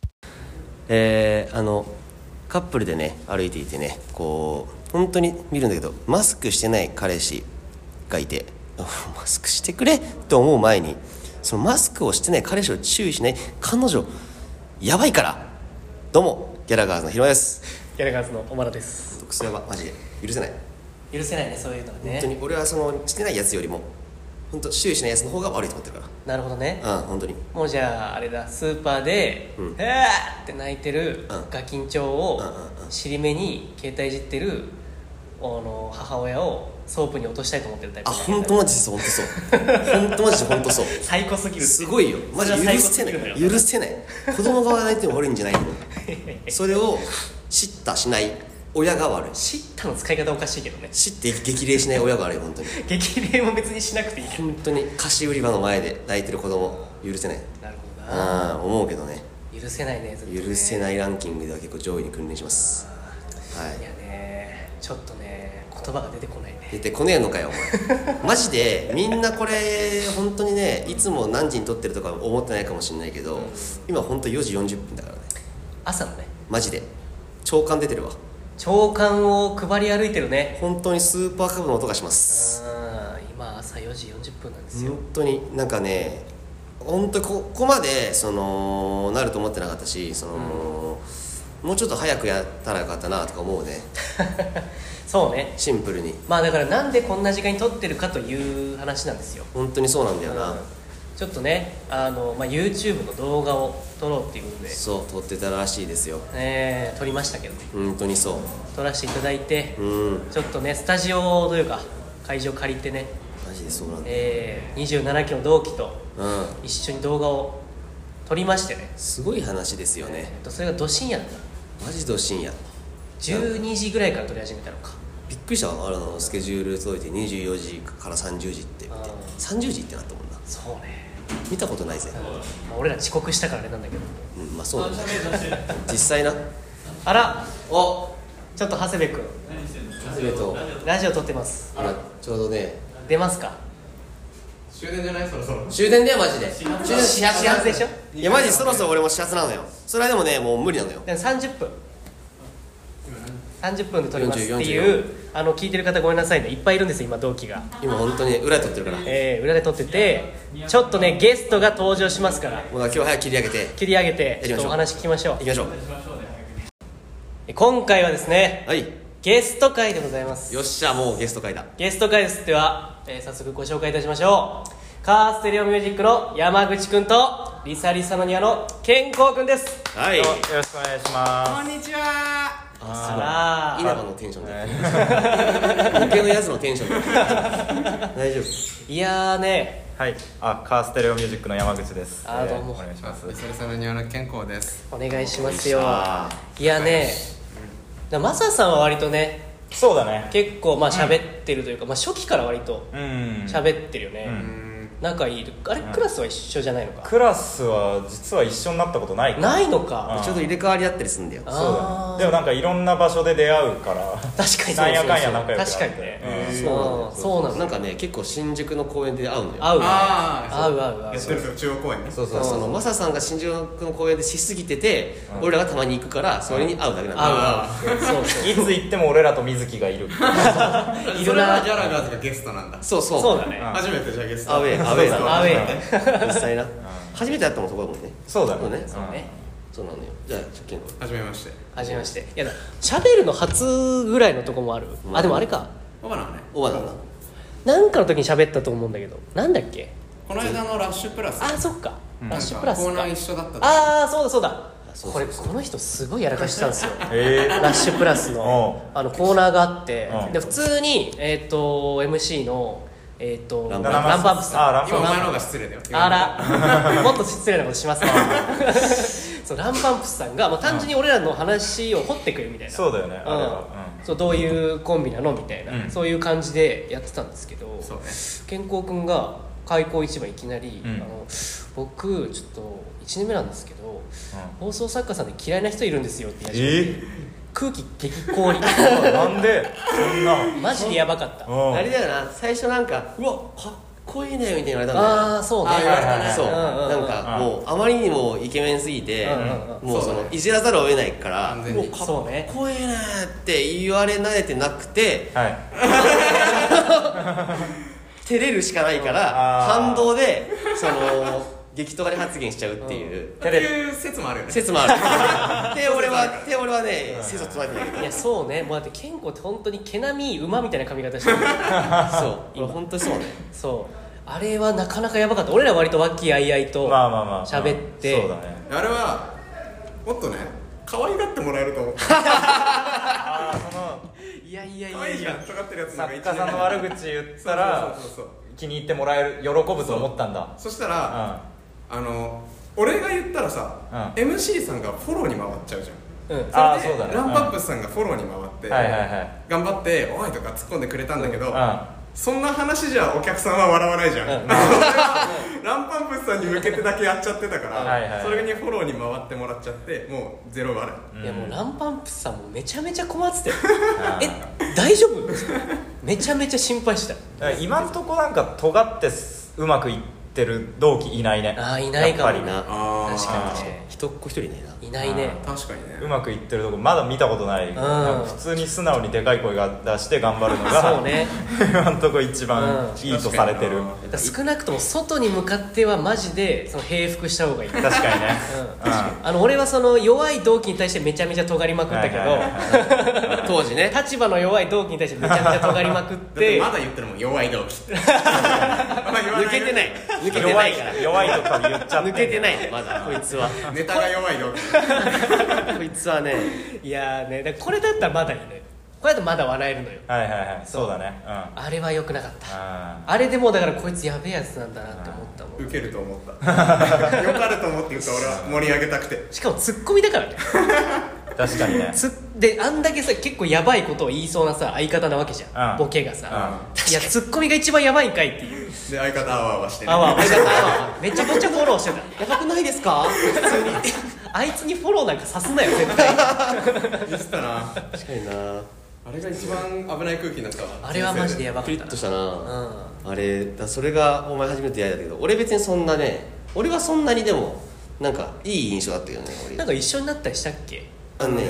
カップルでね歩いていてねこう本当に見るんだけどマスクしてない彼氏がいてマスクしてくれと思う前にそのマスクをしてない彼氏を注意しない彼女やばいからどうもギャラガーズのひろまですギャラガーズの小原ですクソやばマジで許せない許せないねそういうのはね本当に俺はそのしてないやつよりも本当注意しないやつの方が悪いと思ってるかなるほどねら本当にもうじゃああれだスーパーで「って泣いてるガキンチョウを尻目に携帯いじってる母親をソープに落としたいと思ってるタイプ本当マジです本当そう本当マジで本当そう最高すぎるすごいよマジ許せない許せない子供が泣いても悪いんじゃないのそれを叱咤しない親が悪い叱咤の使い方おかしいけどね叱って激励しない親が悪い本当に激励も別にしなくていいけど本当に菓子売り場の前で泣いてる子供許せないなるほどな思うけどね許せないねずっとね許せないランキングでは結構上位に君臨しますいやねちょっとね言葉が出てこないね出てこねえのかよお前マジでみんなこれ本当にねいつも何時に撮ってるとか思ってないかもしれないけど、今本当4時40分だからね朝のねマジで長官出てるわ長官を配り歩いてるね本当にスーパーカブの音がします今朝4時40分なんですよ本当になんかね本当ここまでなると思ってなかったしもうちょっと早くやったらよかったなとか思うねそうねシンプルにまあだからなんでこんな時間に撮ってるかという話なんですよ本当にそうなんだよな、 ちょっとねYouTube の動画を撮ろうっていうことでそう撮ってたらしいですよ撮りましたけどね本当にそう撮らせていただいて、 うんちょっとねスタジオというか会場借りてねマジでそうなんだ、 27期の同期と一緒に動画を撮りましてね、 すごい話ですよね、 それがど深夜だマジで深夜 12時ぐらいから撮り始めたのかびっくりしたわスケジュール届いて24時から30時って見て30時ってなったもんなそうね見たことないぜ、 俺ら遅刻したからあれなんだけどまあそうだね実際なあらおちょっと長谷部君ラジオ撮ってますちょうどね出ますか終電じゃないそろそろ終電だよマジで終電始発でしょいやマジそろそろ俺も始発なのよそれはでもねもう無理なのよでも30分 30分で撮りますって 40 いう聞いてる方ごめんなさいね、いっぱいいるんですよ今同期が今本当に裏で撮ってるから、 裏で撮っててちょっとねゲストが登場しますからもう今日早く切り上げて切り上げてちょっとお話聞きましょう。 行きましょう。 今回はですね、 はい、 ゲスト会でございます。 よっしゃ、もうゲスト会だ。 ゲスト会です。では、早速ご紹介いたしましょう。カーステレオミュージックの山口くんとリサリサのニアの健康くんです。 はい、 よろしくお願いします。 こんにちは。 あ、すごい稲葉のテンションでボケのやつのテンションで大丈夫。 いやーね、 はい、カーステレオミュージックの山口です。 どうもお願いします。 リサリサの庭の健康です。 お願いしますよ。いやね、マサさんは割とね、 そうだね。 結構まあ喋ってるというか、まあ初期から割と喋ってるよね。仲いい。あれ、クラスは一緒じゃないのか。 クラスは実は一緒になったことないから。 ないのか。 ちょっと入れ替わりあったりするんだよ。 そうだね。でもなんかいろんな場所で出会うから確かになんやかんや仲良くなって。 確かにね。 そうなの。なんかね、結構新宿の公園で会うのよ。 会う。 やってる中央公園ね。 そうそのマサさんが新宿の公園でしすぎてて、俺らがたまに行くからそれに会うだけなんだ。 そういつ行っても俺らと水木がいる。 いるそれはギャラガーズがゲストなんだ。 そうだね。 初めてじゃあゲスト。 アウェーだ。 アウェー実際な。初めて会ったのそこだもんね。 そうだね。 そうなのよ。じゃあ健吾。 初めまして。 初めまして。いやだ、喋るの初ぐらいのとこもある。でもあれか。 オバナはね。 オバナだ。 なんかの時に喋ったと思うんだけど、なんだっけ。 この間のラッシュプラス。 そっか。ラッシュプラスか。 コーナー一緒だった。 そうだ。この人すごいやらかしてたんですよ。ララッシュプラスのコーナーがあって、で普通にMC のランパンプさん。 今お前の方が失礼だよ。 もっと失礼なことしますね。そうランパンプスさんが、単純に俺らの話を掘ってくれみたいな。 そうだよね。 そうどういうコンビなのみたいな、そういう感じでやってたんですけど、健康くんが開口一番いきなり、僕ちょっと1年目なんですけど、放送作家さんで嫌いな人いるんですよって言い始めて、空気激氷。 なんでそんなマジでやばかった。 あれだよな、最初なんかうわかっこいいねみたいに言われたんだよ。 そうね。 そうなんかもうあまりにもイケメンすぎて、もうそのいじらざるを得ないから、もうかっこいいねって言われ慣れてなくて、照れるしかないから反動でその激尖り発言しちゃうっていう説もあるよね。 説もある。で俺はね説を唱えてないけど。 いやそうね、もうだって健吾って本当に毛並み馬みたいな髪型してる。 そう今本当にそうね。 そうあれはなかなかやばかった。俺ら割と和気あいあいと喋って、 そうだね。 あれはもっとね可愛がってもらえると思った。 いや可愛いじゃん尖ってるやつなんか作家さんの悪口言ったら気に入ってもらえる、喜ぶと思ったんだ。 そしたら俺が言ったらさ、MC さんがフォローに回っちゃうじゃん。それでランパップスさんがフォローに回って頑張って「おい」とか突っ込んでくれたんだけど、そんな話じゃお客さんは笑わないじゃん。ランパンプスさんに向けてだけやっちゃってたから、それにフォローに回ってもらっちゃってもうゼロ笑い。 いやもうランパンプスさんもめちゃめちゃ困ってたよ。大丈夫？めちゃめちゃ心配した。 今んとこなんか尖ってうまくいってる同期いないね。 いないかも。 やっぱりな。 確かに一っ子一人いないな。 いないね。 確かにね。 うまくいってるとこまだ見たことない。なんか普通に素直にでかい声が出して頑張るのがそうね。 今んとこ一番いいとされてる。 少なくとも外に向かってはマジでその平服した方がいい。 確かにね。 俺はその弱い同期に対してめちゃめちゃ尖りまくったけど、 当時ね立場の弱い同期に対してめちゃめちゃ尖りまくってまだ言ってるもん弱い同期。 抜けてないから弱いとか言っちゃって抜けてないまだこいつは。 ネタが弱い同期。 こいつはね。 いやね、だからこれだったらまだいいのよ。これだとまだ笑えるのよ。 そうだね。 あれは良くなかった。あれでもうだからこいつやべえやつなんだなって思ったもん。 ウケると思った。よかると思って言うと俺は盛り上げたくて。 しかもツッコミだからね。 確かにね。 であんだけさ結構やばいことを言いそうなさ相方なわけじゃん、ボケがさ、いやツッコミが一番やばいんかいっていう。 で相方あわあわしてね。 相方めちゃめちゃフォローしてた。やばくないですか普通に。あいつにフォローなんかさすなよ絶対。 ミスったな。 確かにな。 あれが一番危ない空気になったわ。 あれはマジでやばかったな。 クリッとしたな、あれそれがお前初めて出会いだけど、俺別にそんなね、俺はそんなにでもなんかいい印象だったけどね。俺なんか一緒になったりしたっけ。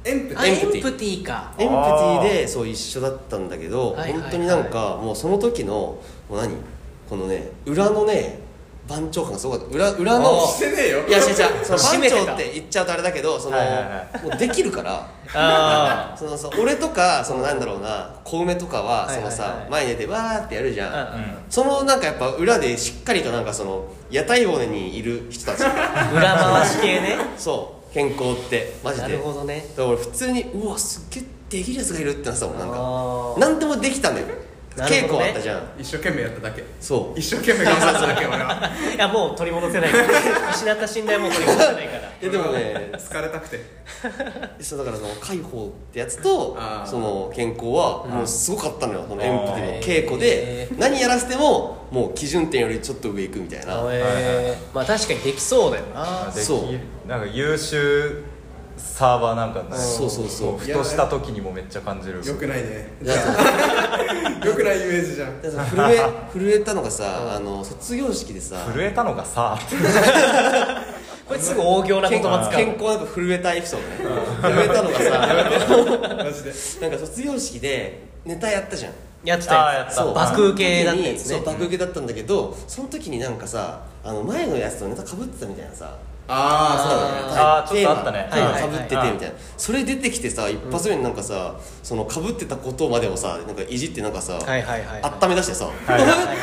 エンプティエンプティか。 エンプティでそう一緒だったんだけど、 はいはいはい、 本当になんかもうその時のもうこのね裏のね番長感がすごかった。裏のしてねえよ。 いや違うその番長って言っちゃうとあれだけど、その、はいはいはい、もうできるからその俺とかそのなんだろうな小梅とかはそのさ、はいはいはい、前に出てわーってやるじゃん、うん、そのなんかやっぱ裏でしっかりとなんかその屋台骨にいる人たち裏回し系ねそう健康ってマジで。 なるほどね。 だから俺普通にうわすっげえできるやつがいるってなってたもん。なんか何でもできたんだよ。稽古あったじゃん。 一生懸命やっただけ。 そう一生懸命頑張っただけ俺は。 いやもう取り戻せない失った信頼も取り戻せないから。 でもね疲れたくてそうだからその解放ってやつとその健康はもうすごかったのよ。そのエンプティの稽古で何やらせてももう基準点よりちょっと上行くみたいな。 まあ確かにできそうだよな。 そうなんか優秀サーバーなんかね、 そうふとした時にもめっちゃ感じる。 よくないねよくないイメージじゃん。 震えたのがさ、卒業式でさ震えたのがさこれすぐ大行な言葉使う。 健康なんか震えたエピソードね震えたのがさマジでなんか卒業式でネタやったじゃん。 やってたやつ。爆受けだったやつね。 そう爆受けだったんだけど、その時になんかさ前のやつとネタ被ってたみたいなさ。 そうだね。 ちょっとあったね。 かぶっててみたいな。それ出てきてさ、一発目になんかさ、そのかぶってたことまでをさ、なんかいじってなんかさ、温め出してさ、って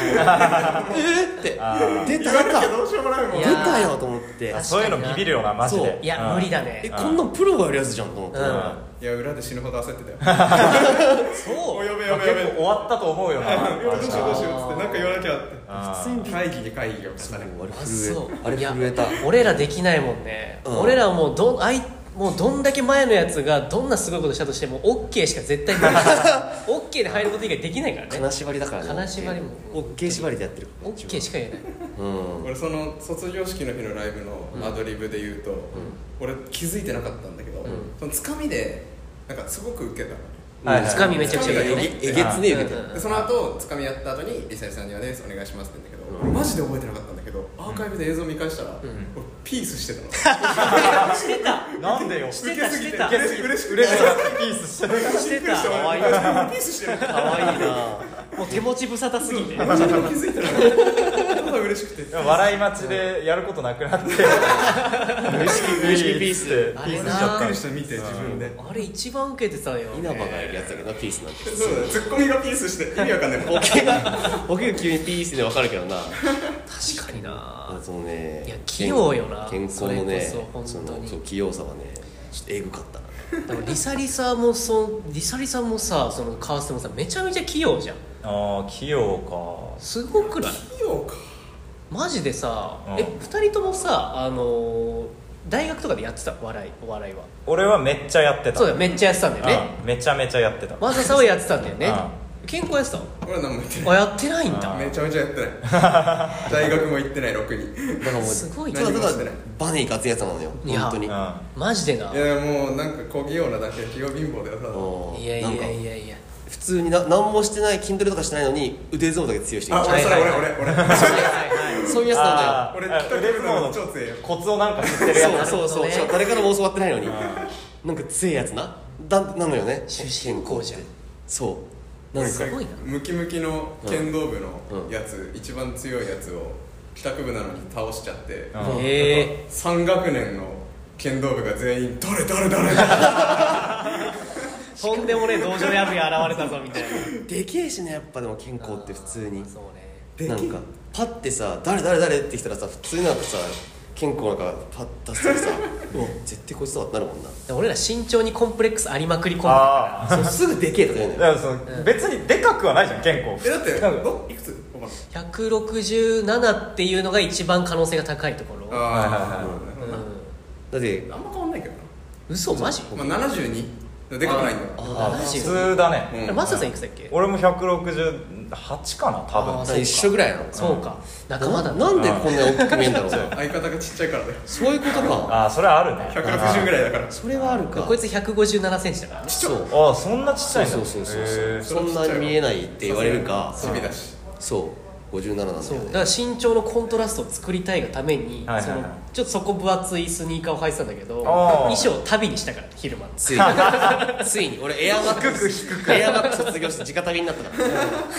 出たよと思って。 そういうのビビるよなマジで。 いや無理だね。 こんなんプロがやるやつじゃんと思って。 いや裏で死ぬほど焦ってたよ。 そう。 やべ結構終わったと思うよな。 どうしようっつってなんか言わなきゃって。普通に会議をしたね。 あれ震えた。 俺らできないもんね。俺らはもうどんだけ前のやつがどんなすごいことしたとしても OK しか絶対ない。OK で入ること以外できないからね。 金縛りだからね。 金縛りも OK 縛りでやってる。 OK しか言えない。 俺その卒業式の日のライブのアドリブで言うと、俺気づいてなかったんだけど、そのつかみでなんかすごくウケたの。 つかみめちゃくちゃえげつねえウケてる。その後つかみやった後にリサイさんにはねお願いしますって言うんだけど、マジで覚えてなかったんだけど、アーカイブで映像見返したら俺ピースしてたの。 してた。 なんでよ。 してた嬉しくてピースしてた。可愛い。 ピースしてる。 可愛いな。もう手持ち無沙汰すぎて。 気づいてなかった。ただ嬉しくて。 笑い待ちでやることなくなって。 無意識ピースでピースしちゃったりして見て自分で。 あれ一番受けてたよ。 稲葉がやるやつだけどピースなんて。 そうだね。ツッコミがピースして意味わかんない。 ボケが急にピースでわかるけどな。 確かにな。 そのね。 いや器用よな。 健康のね。 その器用さはねちょっとエグかったな。 だからリサリさんもさそのカーステもさめちゃめちゃ器用じゃん。 器用か。 すごくない？ 器用か。 マジでさ、2人ともさ大学とかでやってたお笑いは。 俺はめっちゃやってた。 そうだよ、めっちゃやってたんだよね。 めちゃめちゃやってた。 マサさんはやってたんだよね。健康やってたの？ 俺は何もやってない。 やってないんだ。 めちゃめちゃやってない。大学も行ってない。ろくに。 だからもうすごいただバネいかつやつなのよ本当に。 マジでな。 いやもうなんか小器用なだけ器用貧乏だよただ。 いや普通に何もしてない筋トレとかしてないのに腕相撲だけ強い人いる。 俺そういうやつなんだよ。俺腕相撲の超強いよ。コツをなんか知ってるやつ。 そう誰からも教わってないのになんか強いやつなのよね。 出身校じゃん。 そうなんかすごいな。 ムキムキの剣道部のやつ、一番強いやつを帰宅部なのに倒しちゃって、3学年の剣道部が全員誰とんでもねえ道場やつが現れたぞみたいな。 でけえしねやっぱ。でも健康って普通にそうね。 なんかパッてさ誰って来たらさ普通になんかさ健康なんかパッ出したらさ絶対こいつとかなるもんな。 俺ら身長にコンプレックスありまくり込んでる。 すぐでけえとか言うのよ。 別にでかくはないじゃん健康。 だっていくつ ？167っていうのが一番可能性が高いところ。 だってあんま変わんないけどな。 嘘マジ ？72でかくないんだよ。 普通だね。 マサさんいくつだっけ？ 俺も168かな多分。 一緒ぐらいの。 そうか仲間だ。 なんでこんなに大きく見えんだろう。 相方がちっちゃいからだよ。 そういうことか。 それはあるね。 160ぐらいだから。 それはあるか。 こいつ157センチだからね。 そうそんなちっちゃいんだ。 そうそんなに見えないって言われるか。 チビだし。 そう57なんだよね。 だから身長のコントラストを作りたいがためにそのちょっと底分厚いスニーカーを履いてたんだけど衣装を旅にしたから昼間ついに俺エアマックス卒業して直旅になったから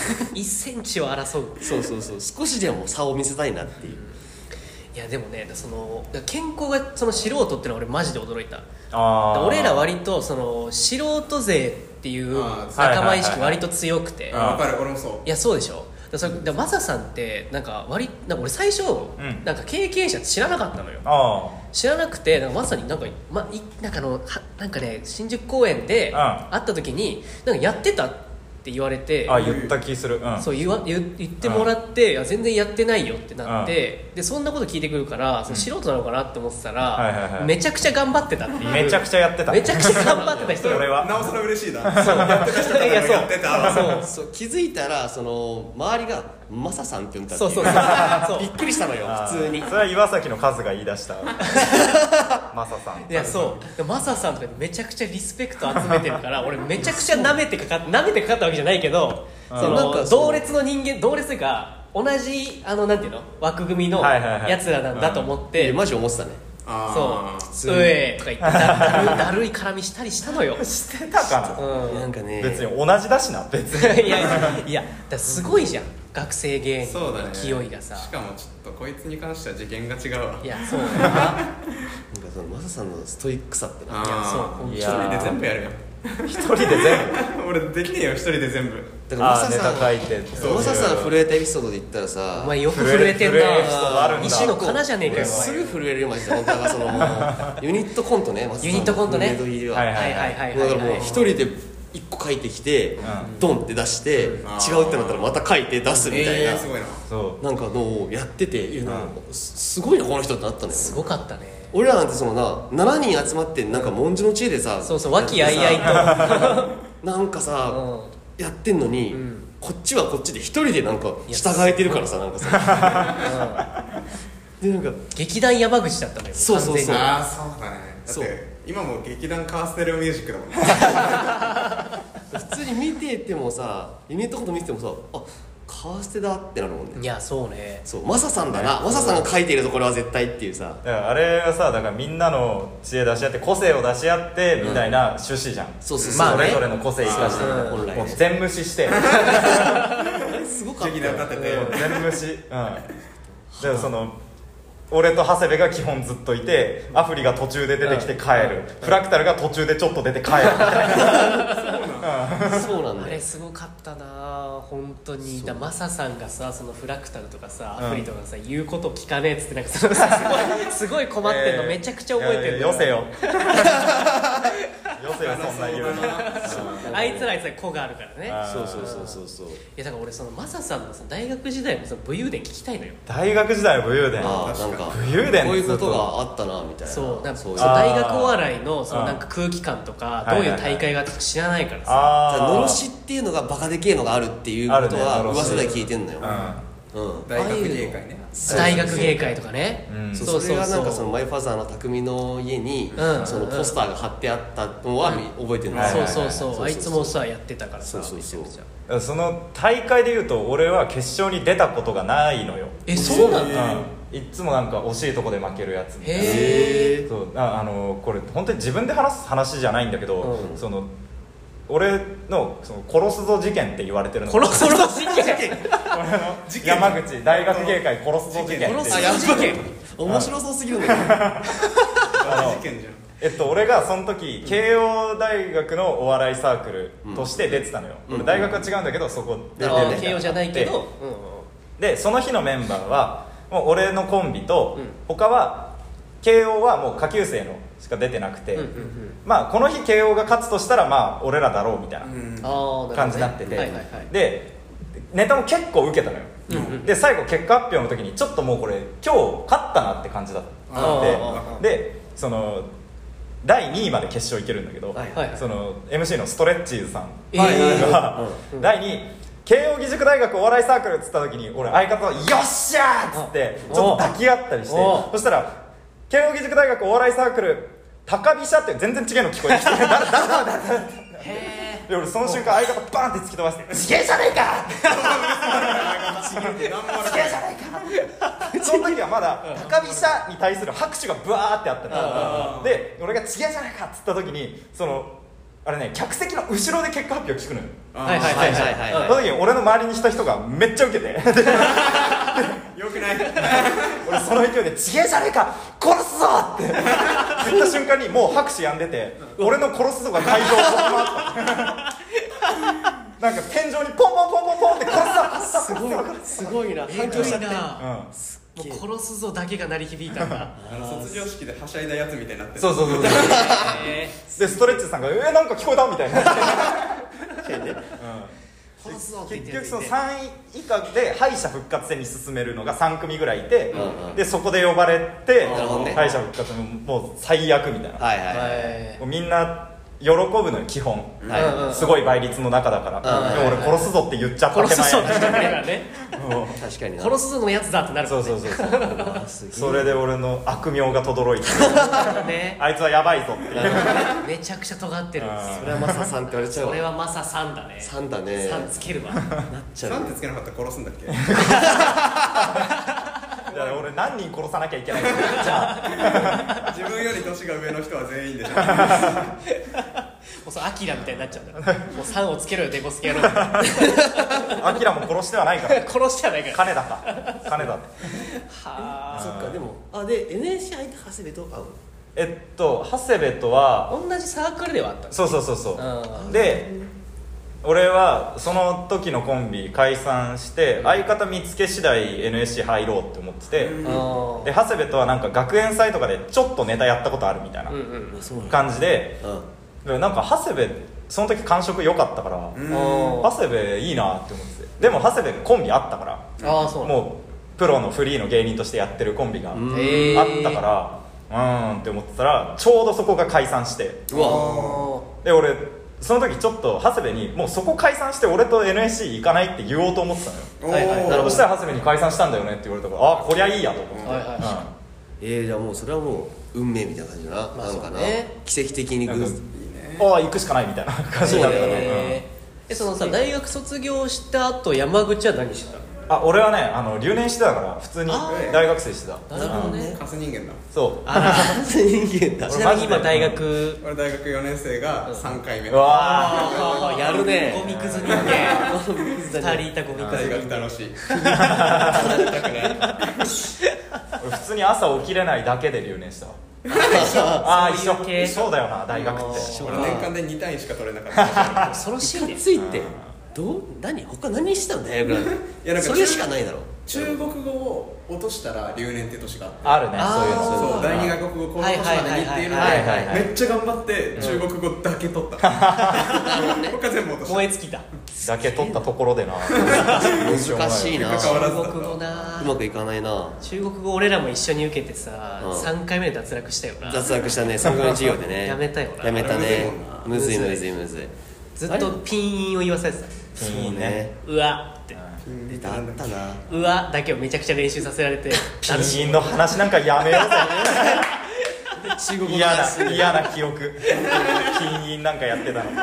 1センチを争う。 そう少しでも差を見せたいなっていう。 いやでもねその健康がその素人ってのは俺マジで驚いた。俺ら割とその素人勢っていう仲間意識割と強くて。 分かる、俺もそう。 いやそうでしょ。だマサさんってなんか俺最初、なんか経験者って知らなかったのよ。知らなくてまさになんかなんかね新宿公園で会った時になんかやってたって言われて、 言った気する、 そう言ってもらって、いや全然やってないよってなって、でそんなこと聞いてくるからその素人なのかなって思ってたら、めちゃくちゃ頑張ってたっていう。 めちゃくちゃやってた、 めちゃくちゃ頑張ってた人俺はなおさら嬉しいな。 そうやってた人がやってた。 そう気づいたらその周りがマサさんって呼んだっていう。 そうびっくりしたのよ普通に。 それは岩崎の数が言い出したマサさん。 いやそうマサさんとかめちゃくちゃリスペクト集めてるから俺めちゃくちゃ舐めてかかったわけじゃないけど、なんか同列の人間、同列というか同じなんていうの枠組みのやつらなんだと思って、 マジ思ってたね。 そううえとか言ってだるい絡みしたりしたのよ。 してたかな、 なんかね別に同じだしな別に。 いやだすごいじゃん学生芸人の勢いがさ。 しかもちょっとこいつに関しては次元が違うわ。 いやそうだな。 なんかそのマサさんのストイックさってな。 いやそう一人で全部やるやん。 一人で全部俺できねえよ一人で全部。 だからマサさんネタ書いてマサさん震えたエピソードで言ったらさ、 お前よく震えてんな。西野カナじゃねえかよ。 すぐ震えるよマジで。本当はそのユニットコントね。 ユニットコントね。 メド入りは。 はいだからもう一人で一個書いてきてドンって出して違うってなったらまた書いて出すみたいな。 すごいな。 そうなんかのをやってて、すごいなこの人ってなったのよ。 すごかったね。 俺らなんてその7人集まってなんか文字の知恵でさ、 そう和気あいあいとなんかさやってんのに、こっちはこっちで一人でなんか従えてるからさ、なんかさでなんか劇団山口だったのよ。 そうそうそう。 ああそうだね。だって今も劇団カーステレオミュージックだもんね。 普通に見ててもさ、ユニットコント見ててもさ、あカーステだってなるもんね。 いやそうね。 そうマサさんだな、マサさんが書いているところは絶対っていうさ。 あれはさ、だからみんなの知恵出し合って個性を出し合ってみたいな趣旨じゃん。 そうそうまあそれぞれの個性生かして本来もう全無視してすごかった劇団立てて全無視。でその俺と長谷部が基本ずっといて、アフリが途中で出てきて帰る、フラクタルが途中でちょっと出て帰るみたいな。 そうなんだよ。 あれすごかったな本当に。だマサさんがさそのフラクタルとかさアフリとかさ、言うこと聞かねえっつってなんかそのすごい困ってんのめちゃくちゃ覚えてるのよ。 よせよよせよそんな言うの。 あいつら子があるからね。 そういやだから俺そのマサさんの大学時代のその武勇伝聞きたいのよ。 大学時代の武勇伝。 なんか武勇伝こういうことがあったなみたいな。 そうなんかそういう大学お笑いのそのなんか空気感とかどういう大会があったか知らないからさ。 のろしっていうのがバカでけえのがあるっていうことは噂で聞いてんのよ。 大学芸会ね。 大学芸会とかね。 それがなんかそのマイファザーの匠の家にそのポスターが貼ってあったのは覚えてるんだよ。 そうあいつもさやってたからさ。 その大会でいうと俺は決勝に出たことがないのよ。 そうなんだ。 いつもなんか惜しいとこで負けるやつみたいな。 へえ。 そうこれ本当に自分で話す話じゃないんだけど、その俺のその殺すぞ事件って言われてるの。 殺すぞ事件。 俺の山口大学芸会殺すぞ事件。 殺すぞ事件。 面白そうすぎるんだけど。 事件じゃん。 俺がその時慶応大学のお笑いサークルとして出てたのよ。俺大学は違うんだけどそこで出てた。 慶応じゃないけど。 でその日のメンバーはもう俺のコンビと、他は慶応はもう下級生のしか出てなくて、まあこの日慶応が勝つとしたらまあ俺らだろうみたいな感じになってて、でネタも結構受けたのよ。で最後結果発表の時にちょっともうこれ今日勝ったなって感じだったでその第2位まで決勝いけるんだけど、その MC のストレッチーズさんが第2位慶応義塾大学お笑いサークルっつった時に俺相方と「よっしゃー!」っつってちょっと抱き合ったりして、そしたら慶応義塾大学お笑いサークル高飛車って全然違うの聞こえてきてで俺その瞬間相方バーンって突き飛ばして「すげえじゃねえか!」すげえじゃねえかその時はまだ高飛車に対する拍手がブワーってあったで、俺が「ちげえじゃないか」っつった時にあれね、客席の後ろで結果発表聞くのよ。 はいはいはいはい。 その時に俺の周りにした人がめっちゃウケてよくない俺その勢いで「ちげえじゃねえか殺すぞ!」って言った瞬間にもう拍手やんでて、俺の殺すぞが会場を回ったなんか天井にポンポンポンポンポンって殺すぞすごいな、反響しちゃって、もう殺すぞだけが鳴り響いたんだ卒業式ではしゃいだやつみたいになってる。 そうでストレッチさんが「なんか聞こえた?」みたいな結局その3位以下で敗者復活戦に進めるのが3組ぐらいいて、でそこで呼ばれて敗者復活もう最悪みたいな、もうみんな喜ぶのよ基本、すごい倍率の中だから、でも俺殺すぞって言っちゃった殺すぞって言ったからね確かに殺すぞのやつだってなるもんね。 そうそれで俺の悪名が轟いてあいつはやばいぞっていうめちゃくちゃ尖ってる。 それはマサさんって言われちゃうわ。 それはマサさんだね。 さんだね。 さんつけるわなっちゃう。 なんてつけなかったら殺すんだっけ俺何人殺さなきゃいけないんだよじゃあ自分より年が上の人は全員でしょもうアキラみたいになっちゃうんだよもう3をつけろよデコスケ野郎アキラも殺してはないから殺してはないから金だってはあ。 そっか、でもで NSC 相手長谷部と会う。 長谷部とは同じサークルではあったんです。 そうで俺はその時のコンビ解散して相方見つけ次第 NSC 入ろうって思ってて、で長谷部とはなんか学園祭とかでちょっとネタやったことあるみたいな感じで、なんか長谷部その時感触良かったから長谷部いいなって思ってて、でも長谷部コンビあったからもうプロのフリーの芸人としてやってるコンビがあったからって思ってたら、ちょうどそこが解散して、で俺その時ちょっと長谷部にもうそこ解散して俺と NSC 行かないって言おうと思ってたのよ。そしたら長谷部に解散したんだよねって言われたから、こりゃいいやと思ってじゃあもうそれはもう運命みたいな感じだな、なのかな、奇跡的に行くしかないみたいな感じになったからそのさ、大学卒業した後山口は何してたの？ 俺はね留年してたから普通に大学生してた。 なるほどね。 カス人間だ。 そうカス人間だ。 ちなみに今大学俺大学4年生が3回目。 うわやるね。 ゴミくず人間2人いたゴミくず人間。 大学楽しい俺普通に朝起きれないだけで留年したわ一緒だよな大学って。 俺年間で2単位しか取れなかった恐ろしいね。 ついて他何したんだよぐらい。いやなんかそれしかないだろ。 中国語を落としたら留年って年があるね。そういうの。 そう第二外国語この年までにっていうのでめっちゃ頑張って中国語だけ取った。他全部落とした。 燃え尽きただけ取ったところでな難しいな。 変わらずだった。 中国語な、 うまくいかないな。 中国語俺らも一緒に受けてさ、3回目で脱落したよな。 脱落したね、3回目の授業でねやめたよな。 やめたね。むずいずっとピンインを言わされてた。 そうね。 うわってあったな。 うわだけをめちゃくちゃ練習させられて、 ピンインの話なんかやめようぜ中国語嫌な記憶ピンインなんかやってたのなる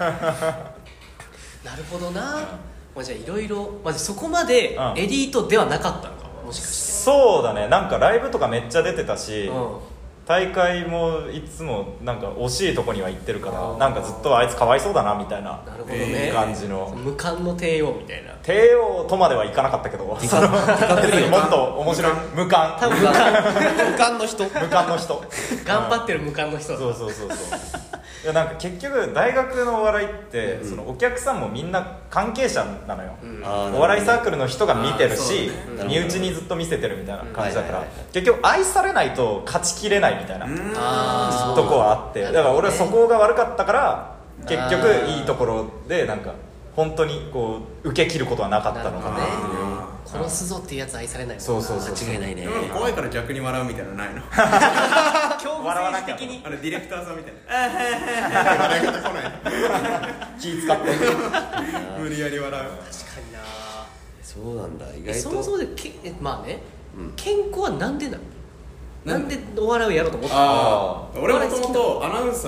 ほどな。じゃあいろいろそこまでエリートではなかったのかもしかして。 そうだね、なんかライブとかめっちゃ出てたし、大会もいつもなんか惜しいとこには行ってるから、なんかずっとあいつかわいそうだなみたいな感じの無冠の帝王みたいな。 帝王とまではいかなかったけどもっと面白い無冠の人頑張ってる無冠の人。 そういやなんか結局大学のお笑いって、そのお客さんもみんな関係者なのよ、お笑いサークルの人が見てるし、身内にずっと見せてるみたいな感じだから、結局愛されないと勝ちきれないみたいなとこはあって、だから俺はそこが悪かったから結局いいところでなんか本当にこう受け切ることはなかったのかなっていう。 殺すぞっていうやつ愛されない。 そう間違いないね。 怖いから逆に笑うみたいなのないの？ 恐怖政治的にディレクターさんみたいな笑い方来ない気使って無理やり笑う。 確かにな。 そうなんだ。意外とそもそもでまあね、健康はなんでなの？なんでお笑いをやろうと思ったの？ 俺もともとアナウンサーを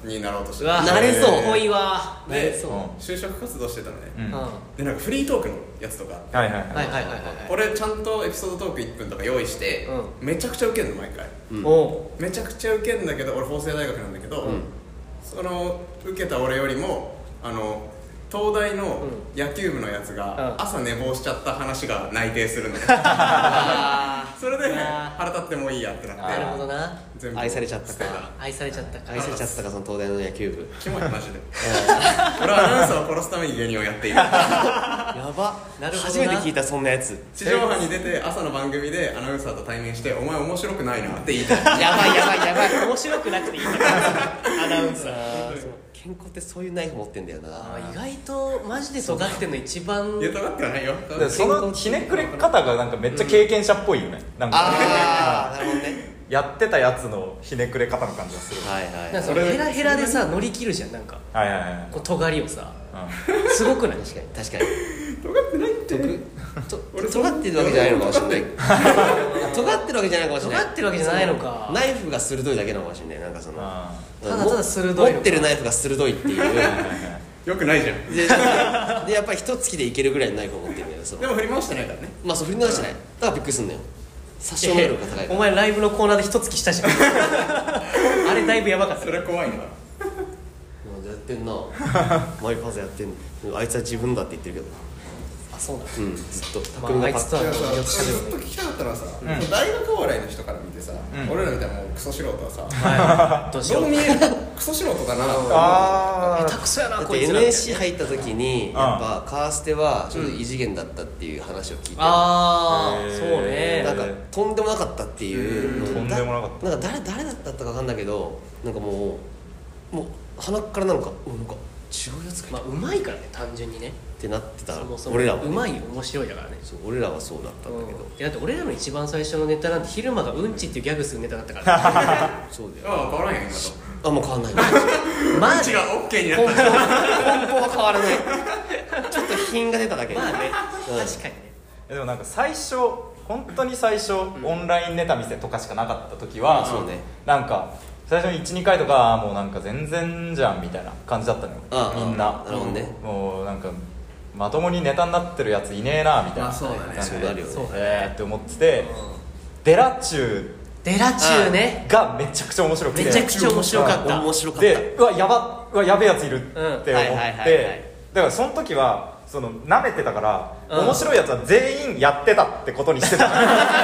になろうとしてなれそう多いわ。 で就職活動してたのね、でなんかフリートークのやつとか俺ちゃんとエピソードトーク1分とか用意して、めちゃくちゃウケんの毎回、めちゃくちゃウケんだけど俺法政大学なんだけど、その受けた俺よりも東大の野球部のやつが朝寝坊しちゃった話が内定するのそれで腹立ってもいいやってなって、 なるほどな、 愛されちゃったかその東大の野球部キモいマジで俺はアナウンサーを殺すために芸人をやっているやば、初めて聞いたそんなやつ。 地上波に出て朝の番組でアナウンサーと対面してお前面白くないなって言いたいやばい面白くなくていいんだからアナウンサー健康ってそういうナイフ持ってんだよな。 意外とマジで尖ってんの一番。 いや尖ってはないよ。 そのひねくれ方がなんかめっちゃ経験者っぽいよね、なんかなるほどねやってたやつのひねくれ方の感じがする。 なんかそれヘラヘラでさ乗り切るじゃん、なんかこう尖りをさ、すごくない？ 確かに尖ってないって俺尖ってるわけじゃないのかもしれない尖ってるわけじゃないかもしれない。 尖ってるわけじゃないのか。 ナイフが鋭いだけなのかもしれない。なんかそのただただ鋭い持ってるナイフが鋭いっていうよくないじゃんでやっぱり一突きでいけるぐらいのナイフを持ってるんだよ。 でも振り回してないからね。 まあそう振り回してない、だからびっくりすんだよ。殺傷能力が高いから。 お前ライブのコーナーで一突きしたじゃんあれだいぶやばかった。 それは怖いな。 やってんなマイパズやってんの。あいつは自分だって言ってるけど。 あ、そうなんだ。 ずっとあいつとはずっと聞きたかったのはさ、大学お笑いの人から見てさ、俺らみたいなもうクソ素人はさ、どう見えるクソ素人だな。 下手くそやなこいつら。 NSC 入った時にやっぱカーステはちょっと異次元だったっていう話を聞いて、 そうね、 なんかとんでもなかったっていうとんでもなかった。 なんか誰だったか分かんないけど、なんかもう鼻からなんか違うやつか、 うまいからね、単純にねってなってた。 そもそも俺らはうまい面白いだからね。 そう俺らはそうだったんだけど、 だって俺らの一番最初のネタなんて昼間がうんちっていうギャグするネタだったからそうだよ。 変わらんやん今と。 もう変わんないマジが OK になった。 根本は変わらないちょっと品が出ただけ。 まあね、確かにね。 でもなんか最初本当に最初、オンラインネタ見せとかしかなかった時は、 そうね、 なんか最初に 1,2 回とかもうなんか全然じゃんみたいな感じだったのよ、みんな。 なるほどね。 もうなんかまともにネタになってるやついねえなみたいな、 そうだね、 そうなるよね。 って思ってて、デラチューねがめちゃくちゃ面白くて、 めちゃくちゃ面白かった。 面白かった。 でやべえやついるって思って、だからその時はその舐めてたから、面白いやつは全員やってたってことにしてた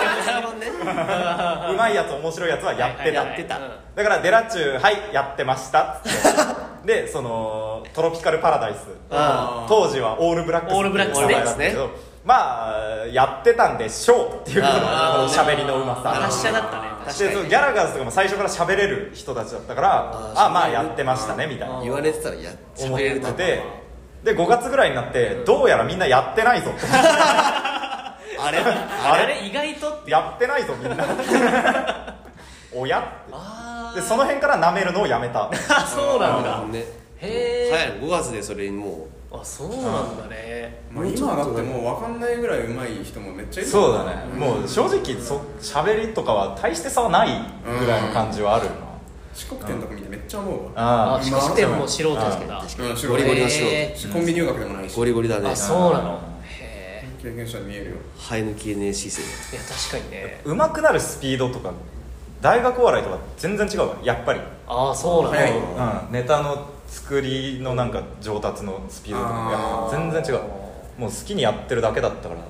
うまいやつ面白いやつはやってた、だからデラチューはいやってましたっつってでそのトロピカルパラダイス、当時はオールブラックスの名前だったけど、まあやってたんでしょうっていうこの喋りのうまさ、 達者だったね。 でそのギャラガーズとかも最初から喋れる人たちだったから、まあやってましたねみたいな言われてたら思ってて、で5月ぐらいになってどうやらみんなやってないぞってあれ意外とってやってないぞみんなおやってでその辺から舐めるのをやめたそうなんだ、 ね、 へえ、 早い5月でそれにもうそうなんだね。 今だってもう分かんないぐらいうまい人もめっちゃいる。 そうだね、もう正直喋りとかは大して差はないぐらいの感じはあるよな。 四国店とか見てめっちゃ思うわ。 四国店も素人ですけど、 ゴリゴリの素人、 コンビ入学でもないしゴリゴリだね。 そうなの。 経験者に見えるよ。 生え抜き NSC 生。 いや確かにね、 上手くなるスピードとか大学お笑いとか全然違うわやっぱり。 そうなの。ネタの作りのなんか上達のスピードとか全然違う。もう好きにやってるだけだったから。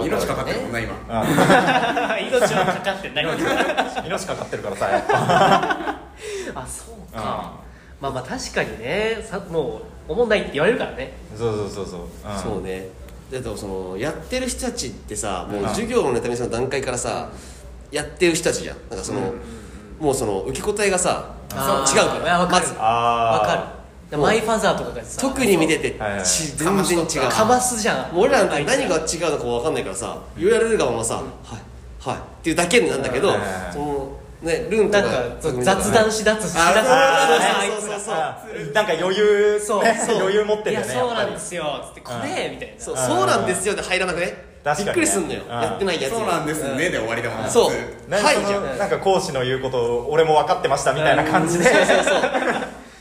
命かかってるもんな今。 命はかかってない命かかってるからさやっぱそうか。まあ確かにね、もう思んないって言われるからね。 そうね。だってそのやってる人たちってさ、もう授業のネタ見せの段階からさやってる人たちじゃん。なんかそのもうその受け答えがさ違うから、 まず分かる。マイファザーとかがさ特に見てて全然違う。 かますじゃん。 俺らなんて何が違うのか分かんないからさ、言われる側もさはいっていうだけなんだけど、そのね、ルンとか雑談しだつしだつ、 そうなんか余裕持ってるよね。 いやそうなんですよつってこれみたいな。 そうなんですよで入らなくね、びっくりすんのよ、やってないやつ。 そうなんですねで終わりだもん。 そうはいじゃん。なんか講師の言うことを俺も分かってましたみたいな感じで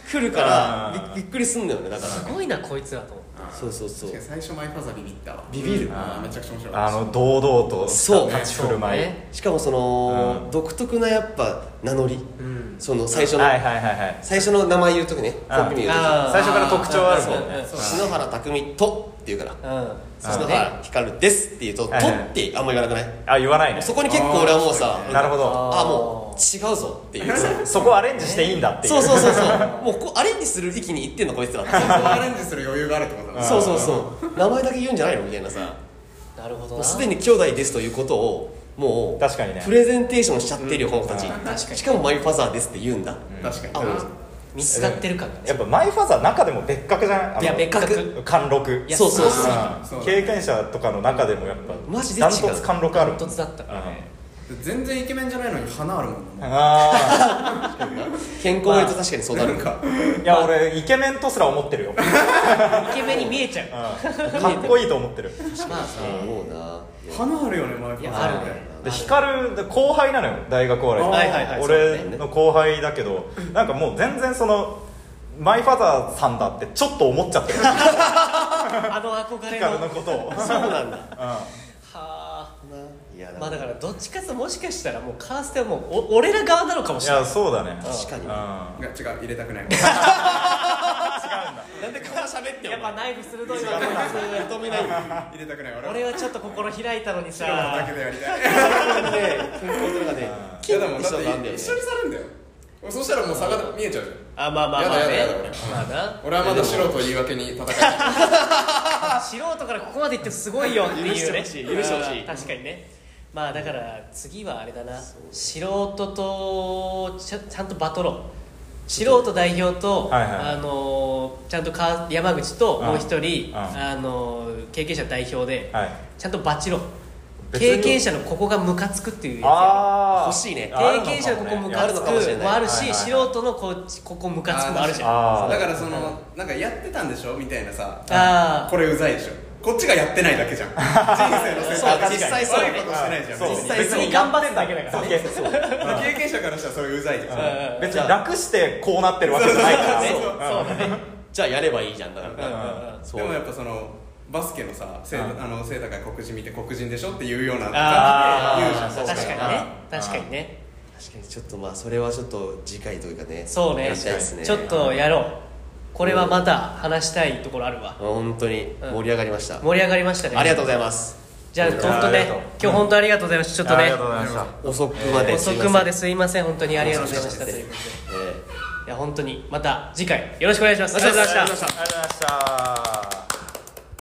来るからびっくりすんだよね。だからすごいなこいつらと思って。 そうそうそう、 最初マイファザービビったわ。 ビビる。 めちゃくちゃ面白かった。 堂々とそう立ち振る舞い、 しかもその独特なやっぱ名乗り、その最初の最初の名前言う時ね、コンビ名言う時最初から特徴あるもんね。 篠原匠とって言うから、篠原光ですって言うと、とってあんま言わなくない？ あ、言わないね。 そこに結構俺はもうさ、 なるほど、 もう違うぞっていうさ、 そこアレンジしていいんだっていう。 そうもうここアレンジする域に行ってんのこいつら。 アレンジする余裕があるってことだね。 そう名前だけ言うんじゃないのみたいなさ。 なるほどな。 もうすでに兄弟ですということをもう確かにねプレゼンテーションしちゃってるよこの子たち。しかもマイファザーですって言うんだ。 確かに見つかってる感がね。 やっぱマイファザー中でも別格じゃない？ いや別格。 貫禄。 そう経験者とかの中でもやっぱマジで違う。 ダントツ貫禄ある。 ダントツだったからね。 全然イケメンじゃないのに花あるもんね。 健康がいると確かにそうなるか。 いや俺イケメンとすら思ってるよ。 イケメンに見えちゃう。 かっこいいと思ってる。 まあ思うな。 花あるよねマイファザー。 あるね。 で光る後輩なのよ大学お笑い。俺の後輩だけどなんかもう全然そのマイファザーさんだってちょっと思っちゃってる。 あの憧れの光のことを。 そうなんだ。 はあ。まあだからどっちかともしかしたらもうカーステはもう俺ら側なのかもしれない。 いやそうだね。 確かに。 違う入れたくない。 なんでこんな喋ってやっぱナイフ鋭いわ。 認めない。 入れたくない。 俺はちょっと心開いたのにさ。 白だけでやりたい。 健康とかね。 いやでもだって一緒にされるんだよ。そしたらもう差が見えちゃうじゃん。 まあね。まあな。 俺はまだ素人を言い訳に戦い。 素人からここまで言ってすごいよっていうね。 許してほしい。 確かにね。まあだから次はあれだな、素人とちゃんとバトろう。素人代表と、ちゃんと山口ともう一人、経験者代表で、ちゃんとバチろう。経験者のここがムカつくっていうやつ欲しいね。 経験者のここムカつくもあるし、素人のここムカつくもあるじゃん。 だからそのなんかやってたんでしょみたいなさ、これうざいでしょ。こっちがやってないだけじゃん。人生の選択。 実際そういうことしてないじゃん。 実際別に頑張ってるだけだから。 経験者からしたらそれうざいじゃん。 別に楽してこうなってるわけじゃないからね。 そうだね。 じゃあやればいいじゃんだから。 でもやっぱそのバスケのさ背高い黒人見て黒人でしょっていうような感じで言うじゃん。 確かにね。確かにね。 確かにちょっとまあそれはちょっと次回というかね。 そうね。ちょっとやろう。これはまた話したいところあるわ。 本当に盛り上がりました。 盛り上がりましたね。 ありがとうございます。 じゃあ本当ね、今日本当ありがとうございました。ちょっとね、 遅くまですいません。本当にありがとうございましたということで。いや本当にまた次回よろしくお願いします。 ありがとうございました。 ありがとうございました。